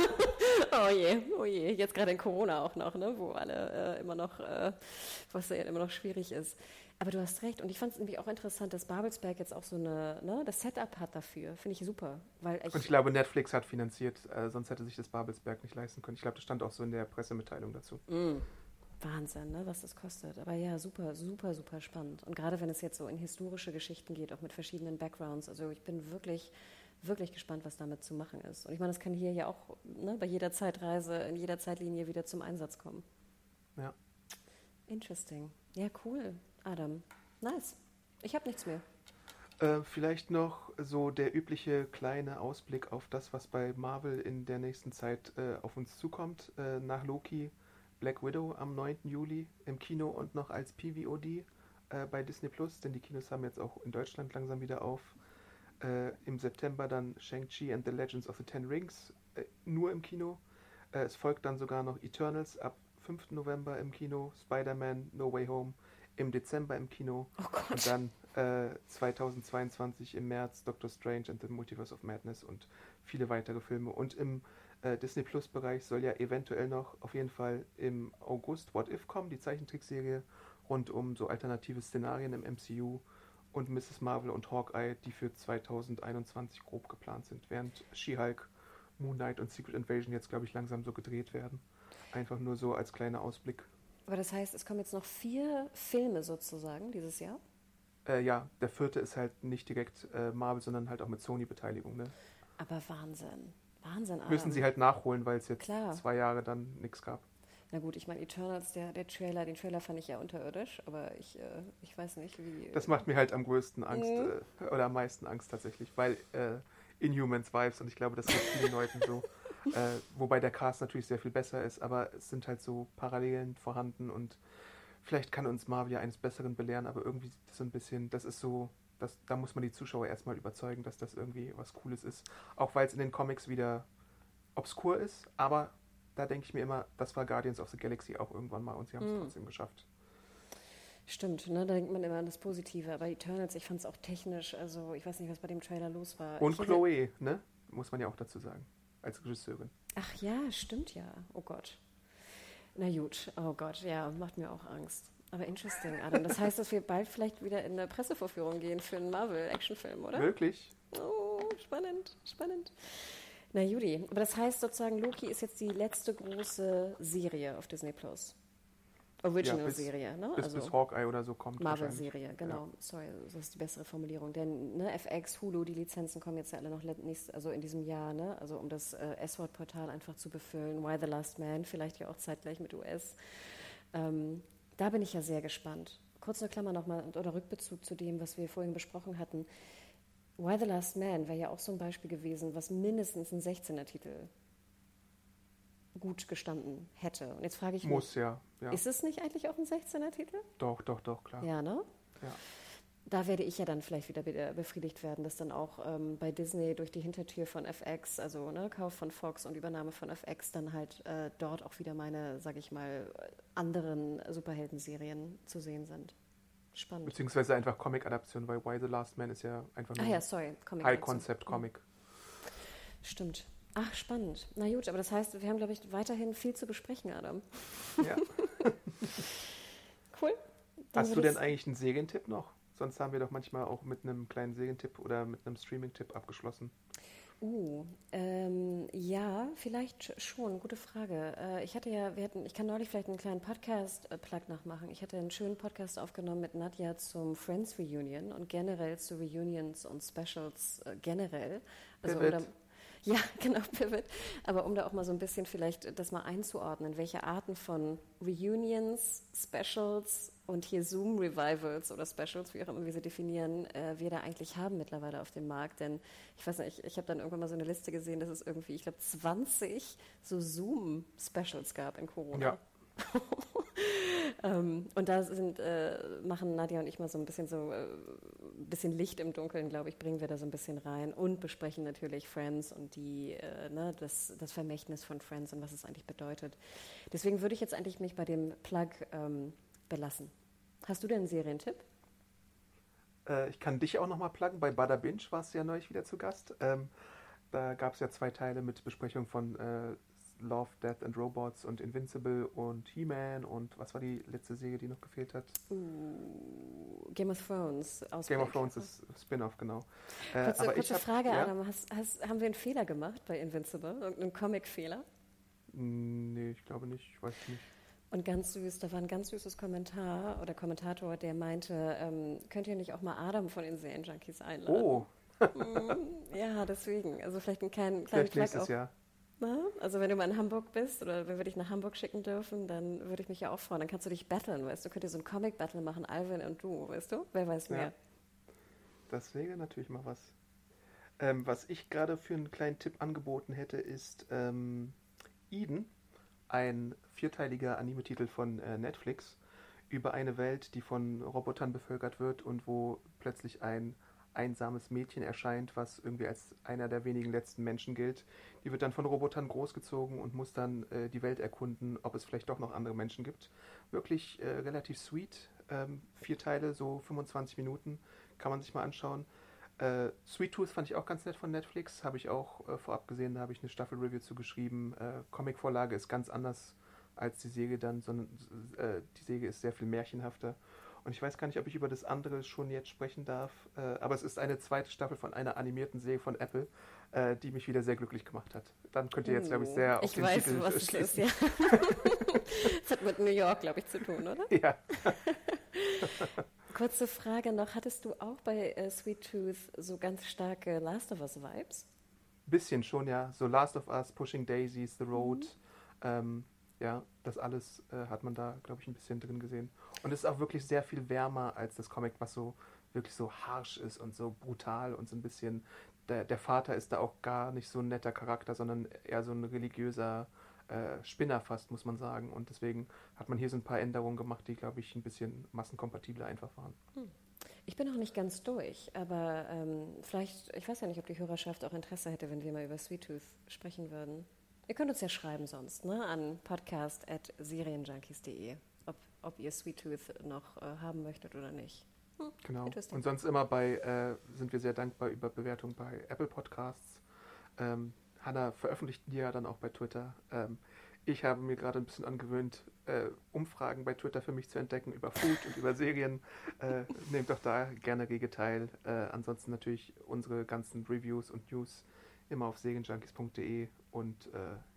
Oh je. Jetzt gerade in Corona auch noch, ne? Wo alle immer noch, was ja immer noch schwierig ist. Aber du hast recht. Und ich fand es nämlich auch interessant, dass Babelsberg jetzt auch so das Setup hat dafür. Finde ich super. Und ich glaube, Netflix hat finanziert, sonst hätte sich das Babelsberg nicht leisten können. Ich glaube, das stand auch so in der Pressemitteilung dazu. Wahnsinn, ne, was das kostet. Aber ja, super, super, super spannend. Und gerade wenn es jetzt so in historische Geschichten geht, auch mit verschiedenen Backgrounds. Also ich bin wirklich, wirklich gespannt, was damit zu machen ist. Und ich meine, das kann hier ja auch bei jeder Zeitreise, in jeder Zeitlinie wieder zum Einsatz kommen. Ja. Interesting. Ja, cool. Adam, nice. Ich habe nichts mehr. Vielleicht noch so der übliche kleine Ausblick auf das, was bei Marvel in der nächsten Zeit auf uns zukommt. Nach Loki, Black Widow am 9. Juli im Kino und noch als PVOD bei Disney+, denn die Kinos haben jetzt auch in Deutschland langsam wieder auf. Im September dann Shang-Chi and the Legends of the Ten Rings, nur im Kino. Es folgt dann sogar noch Eternals ab 5. November im Kino, Spider-Man No Way Home im Dezember im Kino. Oh Gott. Und dann 2022 im März Doctor Strange and the Multiverse of Madness und viele weitere Filme. Und im Disney Plus Bereich soll ja eventuell noch auf jeden Fall im August What If kommen, die Zeichentrickserie rund um so alternative Szenarien im MCU, und Mrs. Marvel und Hawkeye, die für 2021 grob geplant sind, während She-Hulk, Moon Knight und Secret Invasion jetzt, glaube ich, langsam so gedreht werden. Einfach nur so als kleiner Ausblick. Aber das heißt, es kommen jetzt noch 4 Filme sozusagen dieses Jahr? Ja, der 4. ist halt nicht direkt Marvel, sondern halt auch mit Sony-Beteiligung. Ne? Aber Wahnsinn. Wahnsinn, Adam. Müssen sie halt nachholen, weil es jetzt Klar. 2 Jahre dann nichts gab. Na gut, ich meine, Eternals, den Trailer fand ich ja unterirdisch, aber ich weiß nicht, wie... Das macht mir halt am größten Angst, oder am meisten Angst tatsächlich, weil Inhumans Vibes, und ich glaube, das geht vielen Leuten so. Wobei der Cast natürlich sehr viel besser ist, aber es sind halt so Parallelen vorhanden, und vielleicht kann uns Marvel ja eines Besseren belehren, aber irgendwie so ein bisschen, das ist so, da muss man die Zuschauer erstmal überzeugen, dass das irgendwie was Cooles ist. Auch weil es in den Comics wieder obskur ist, aber da denke ich mir immer, das war Guardians of the Galaxy auch irgendwann mal, und sie haben es trotzdem geschafft. Stimmt, ne? Da denkt man immer an das Positive. Aber Eternals, ich fand es auch technisch, also ich weiß nicht, was bei dem Trailer los war. Und Chloe, ne? Muss man ja auch dazu sagen, als Regisseurin. Ach ja, stimmt ja. Oh Gott. Na gut, oh Gott, ja, macht mir auch Angst. Aber interesting, Adam. Das heißt, dass wir bald vielleicht wieder in eine Pressevorführung gehen für einen Marvel-Actionfilm, oder? Wirklich? Oh, spannend, spannend. Na Judy, aber das heißt sozusagen, Loki ist jetzt die letzte große Serie auf Disney Plus. Original-Serie, ne? Bis Hawkeye oder so kommt. Marvel-Serie, genau. Ja. Sorry, das ist die bessere Formulierung. Denn FX, Hulu, die Lizenzen kommen jetzt ja alle noch in diesem Jahr, ne? Also um das S-Word-Portal einfach zu befüllen. Why the Last Man, vielleicht ja auch zeitgleich mit US. Da bin ich ja sehr gespannt. Kurz eine Klammer nochmal oder Rückbezug zu dem, was wir vorhin besprochen hatten. Why the Last Man wäre ja auch so ein Beispiel gewesen, was mindestens ein 16er-Titel gut gestanden hätte. Und jetzt frage ich mich... Muss, ja. Ist es nicht eigentlich auch ein 16er-Titel? Doch, klar. Ja, ne? Ja. Da werde ich ja dann vielleicht wieder befriedigt werden, dass dann auch bei Disney durch die Hintertür von FX, also Kauf von Fox und Übernahme von FX, dann halt dort auch wieder meine, sag ich mal, anderen Superhelden-Serien zu sehen sind. Spannend. Beziehungsweise einfach Comic-Adaption, weil Why the Last Man ist ja einfach nur High-Concept-Comic. Stimmt. Ach, spannend. Na gut, aber das heißt, wir haben, glaube ich, weiterhin viel zu besprechen, Adam. Ja. Cool. Hast du denn eigentlich einen Serientipp noch? Sonst haben wir doch manchmal auch mit einem kleinen Serientipp oder mit einem Streaming-Tipp abgeschlossen. Ja, vielleicht schon. Gute Frage. Ich kann neulich vielleicht einen kleinen Podcast-Plug nachmachen. Ich hatte einen schönen Podcast aufgenommen mit Nadja zum Friends Reunion und generell zu Reunions und Specials generell. Also ja, genau, Pivot. Aber um da auch mal so ein bisschen vielleicht das mal einzuordnen, welche Arten von Reunions, Specials und hier Zoom-Revivals oder Specials, wie auch immer wir sie definieren, wir da eigentlich haben mittlerweile auf dem Markt. Denn ich weiß nicht, ich habe dann irgendwann mal so eine Liste gesehen, dass es irgendwie, ich glaube, 20 so Zoom-Specials gab in Corona. Ja. Und da machen Nadja und ich mal so ein bisschen Licht im Dunkeln, glaube ich, bringen wir da so ein bisschen rein und besprechen natürlich Friends und das Vermächtnis von Friends und was es eigentlich bedeutet. Deswegen würde ich jetzt eigentlich mich bei dem Plug belassen. Hast du denn einen Serientipp? Ich kann dich auch nochmal pluggen. Bei Bada Binge warst du ja neulich wieder zu Gast. Da gab es ja 2 Teile mit Besprechung von Love, Death and Robots und Invincible und He-Man und was war die letzte Serie, die noch gefehlt hat? Game of Thrones. Game of Thrones ist Spin-off, genau. Kurze Frage, Adam. Haben wir einen Fehler gemacht bei Invincible? Irgendeinen Comic-Fehler? Nee, ich glaube nicht. Ich weiß nicht. Und ganz süß, da war ein ganz süßes Kommentator, der meinte, könnt ihr nicht auch mal Adam von den Serienjunkies einladen? Oh! Ja, deswegen. Also vielleicht einen kleinen Vielleicht Plug nächstes auch. Jahr. Na? Also wenn du mal in Hamburg bist oder wenn wir dich nach Hamburg schicken dürfen, dann würde ich mich ja auch freuen. Dann kannst du dich battlen, weißt du? Könnt ihr so ein Comic-Battle machen, Alvin und du, weißt du? Wer weiß mehr. Ja. Das wäre natürlich mal was. Was ich gerade für einen kleinen Tipp angeboten hätte, ist Eden, ein 4-teiliger Anime-Titel von Netflix über eine Welt, die von Robotern bevölkert wird und wo plötzlich ein einsames Mädchen erscheint, was irgendwie als einer der wenigen letzten Menschen gilt. Die wird dann von Robotern großgezogen und muss dann die Welt erkunden, ob es vielleicht doch noch andere Menschen gibt. Wirklich relativ sweet. 4 Teile, so 25 Minuten, kann man sich mal anschauen. Sweet Tooth fand ich auch ganz nett von Netflix, habe ich auch vorab gesehen, da habe ich eine Staffel-Review zu geschrieben. Comicvorlage ist ganz anders als die Serie dann, sondern die Serie ist sehr viel märchenhafter. Und ich weiß gar nicht, ob ich über das andere schon jetzt sprechen darf, aber es ist eine 2. Staffel von einer animierten Serie von Apple, die mich wieder sehr glücklich gemacht hat. Dann könnt ihr jetzt, glaube ich, sehr auf den Titel was schließen. Es ist, ja. Das hat mit New York, glaube ich, zu tun, oder? Ja. Kurze Frage noch, hattest du auch bei Sweet Tooth so ganz starke Last of Us Vibes? Bisschen schon, ja. So Last of Us, Pushing Daisies, The Road, ja, das alles hat man da, glaube ich, ein bisschen drin gesehen. Und es ist auch wirklich sehr viel wärmer als das Comic, was so wirklich so harsh ist und so brutal und so ein bisschen, der Vater ist da auch gar nicht so ein netter Charakter, sondern eher so ein religiöser Spinner fast, muss man sagen. Und deswegen hat man hier so ein paar Änderungen gemacht, die, glaube ich, ein bisschen massenkompatibler einfach waren. Ich bin noch nicht ganz durch, aber vielleicht, ich weiß ja nicht, ob die Hörerschaft auch Interesse hätte, wenn wir mal über Sweet Tooth sprechen würden. Ihr könnt uns ja schreiben sonst, ne, an podcast@serienjunkies.de, ob ihr Sweet Tooth noch haben möchtet oder nicht. Genau. Und sonst immer sind wir sehr dankbar über Bewertungen bei Apple Podcasts. Hannah veröffentlicht die ja dann auch bei Twitter. Ich habe mir gerade ein bisschen angewöhnt, Umfragen bei Twitter für mich zu entdecken über Food und über Serien. Nehmt doch da gerne rege teil. Ansonsten natürlich unsere ganzen Reviews und News immer auf serienjunkies.de und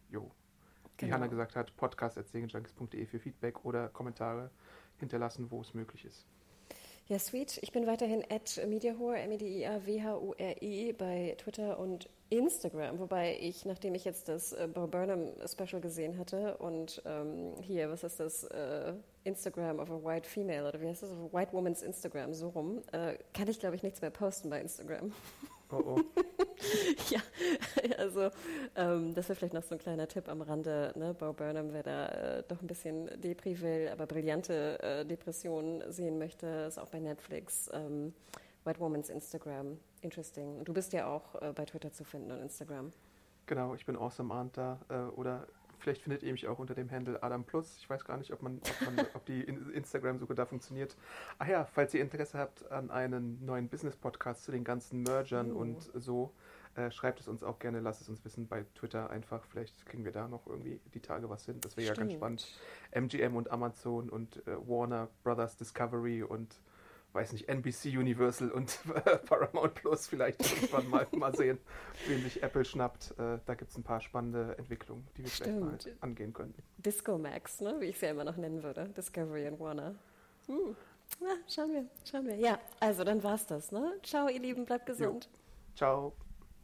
wie Hannah gesagt hat, podcast@serienjunkies.de für Feedback oder Kommentare hinterlassen, wo es möglich ist. Ja, sweet. Ich bin weiterhin @mediahore, MEDIAWHURE bei Twitter und Instagram, wobei ich, nachdem ich jetzt das Bo Burnham Special gesehen hatte und hier, was ist das, Instagram of a White Female, oder wie heißt das, of a White Woman's Instagram, so rum, kann ich, glaube ich, nichts mehr posten bei Instagram. Oh. Ja, also das wäre vielleicht noch so ein kleiner Tipp am Rande, ne? Bo Burnham, wer da doch ein bisschen Depri will, aber brillante Depressionen sehen möchte, ist auch bei Netflix. White Woman's Instagram, interesting. Und du bist ja auch bei Twitter zu finden und Instagram. Genau, ich bin Awesome Arndt da. Oder vielleicht findet ihr mich auch unter dem Handle Adam Plus. Ich weiß gar nicht, ob die Instagram-Suche da funktioniert. Ach ja, falls ihr Interesse habt an einem neuen Business-Podcast zu den ganzen Mergern und so, schreibt es uns auch gerne, lasst es uns wissen bei Twitter einfach. Vielleicht kriegen wir da noch irgendwie die Tage was hin. Das wäre ja ganz spannend. MGM und Amazon und Warner Brothers Discovery und weiß nicht, NBC Universal und Paramount Plus vielleicht irgendwann mal sehen, wen sich Apple schnappt. Da gibt es ein paar spannende Entwicklungen, die wir vielleicht mal angehen könnten. Disco Max, ne? Wie ich es ja immer noch nennen würde. Discovery and Warner. Na, schauen wir. Ja, also dann war's das, ne? Ciao, ihr Lieben, bleibt gesund. Jo. Ciao.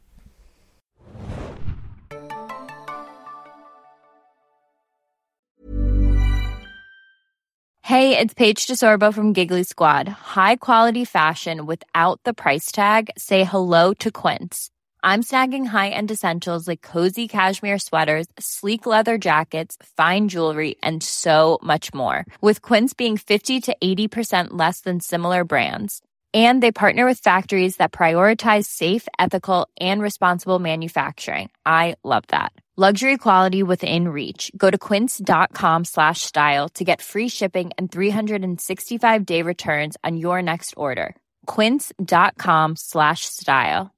Hey, it's Paige DeSorbo from Giggly Squad. High quality fashion without the price tag. Say hello to Quince. I'm snagging high-end essentials like cozy cashmere sweaters, sleek leather jackets, fine jewelry, and so much more. With Quince being 50 to 80% less than similar brands. And they partner with factories that prioritize safe, ethical, and responsible manufacturing. I love that. Luxury quality within reach. Go to quince.com/style to get free shipping and 365-day returns on your next order. Quince.com/style.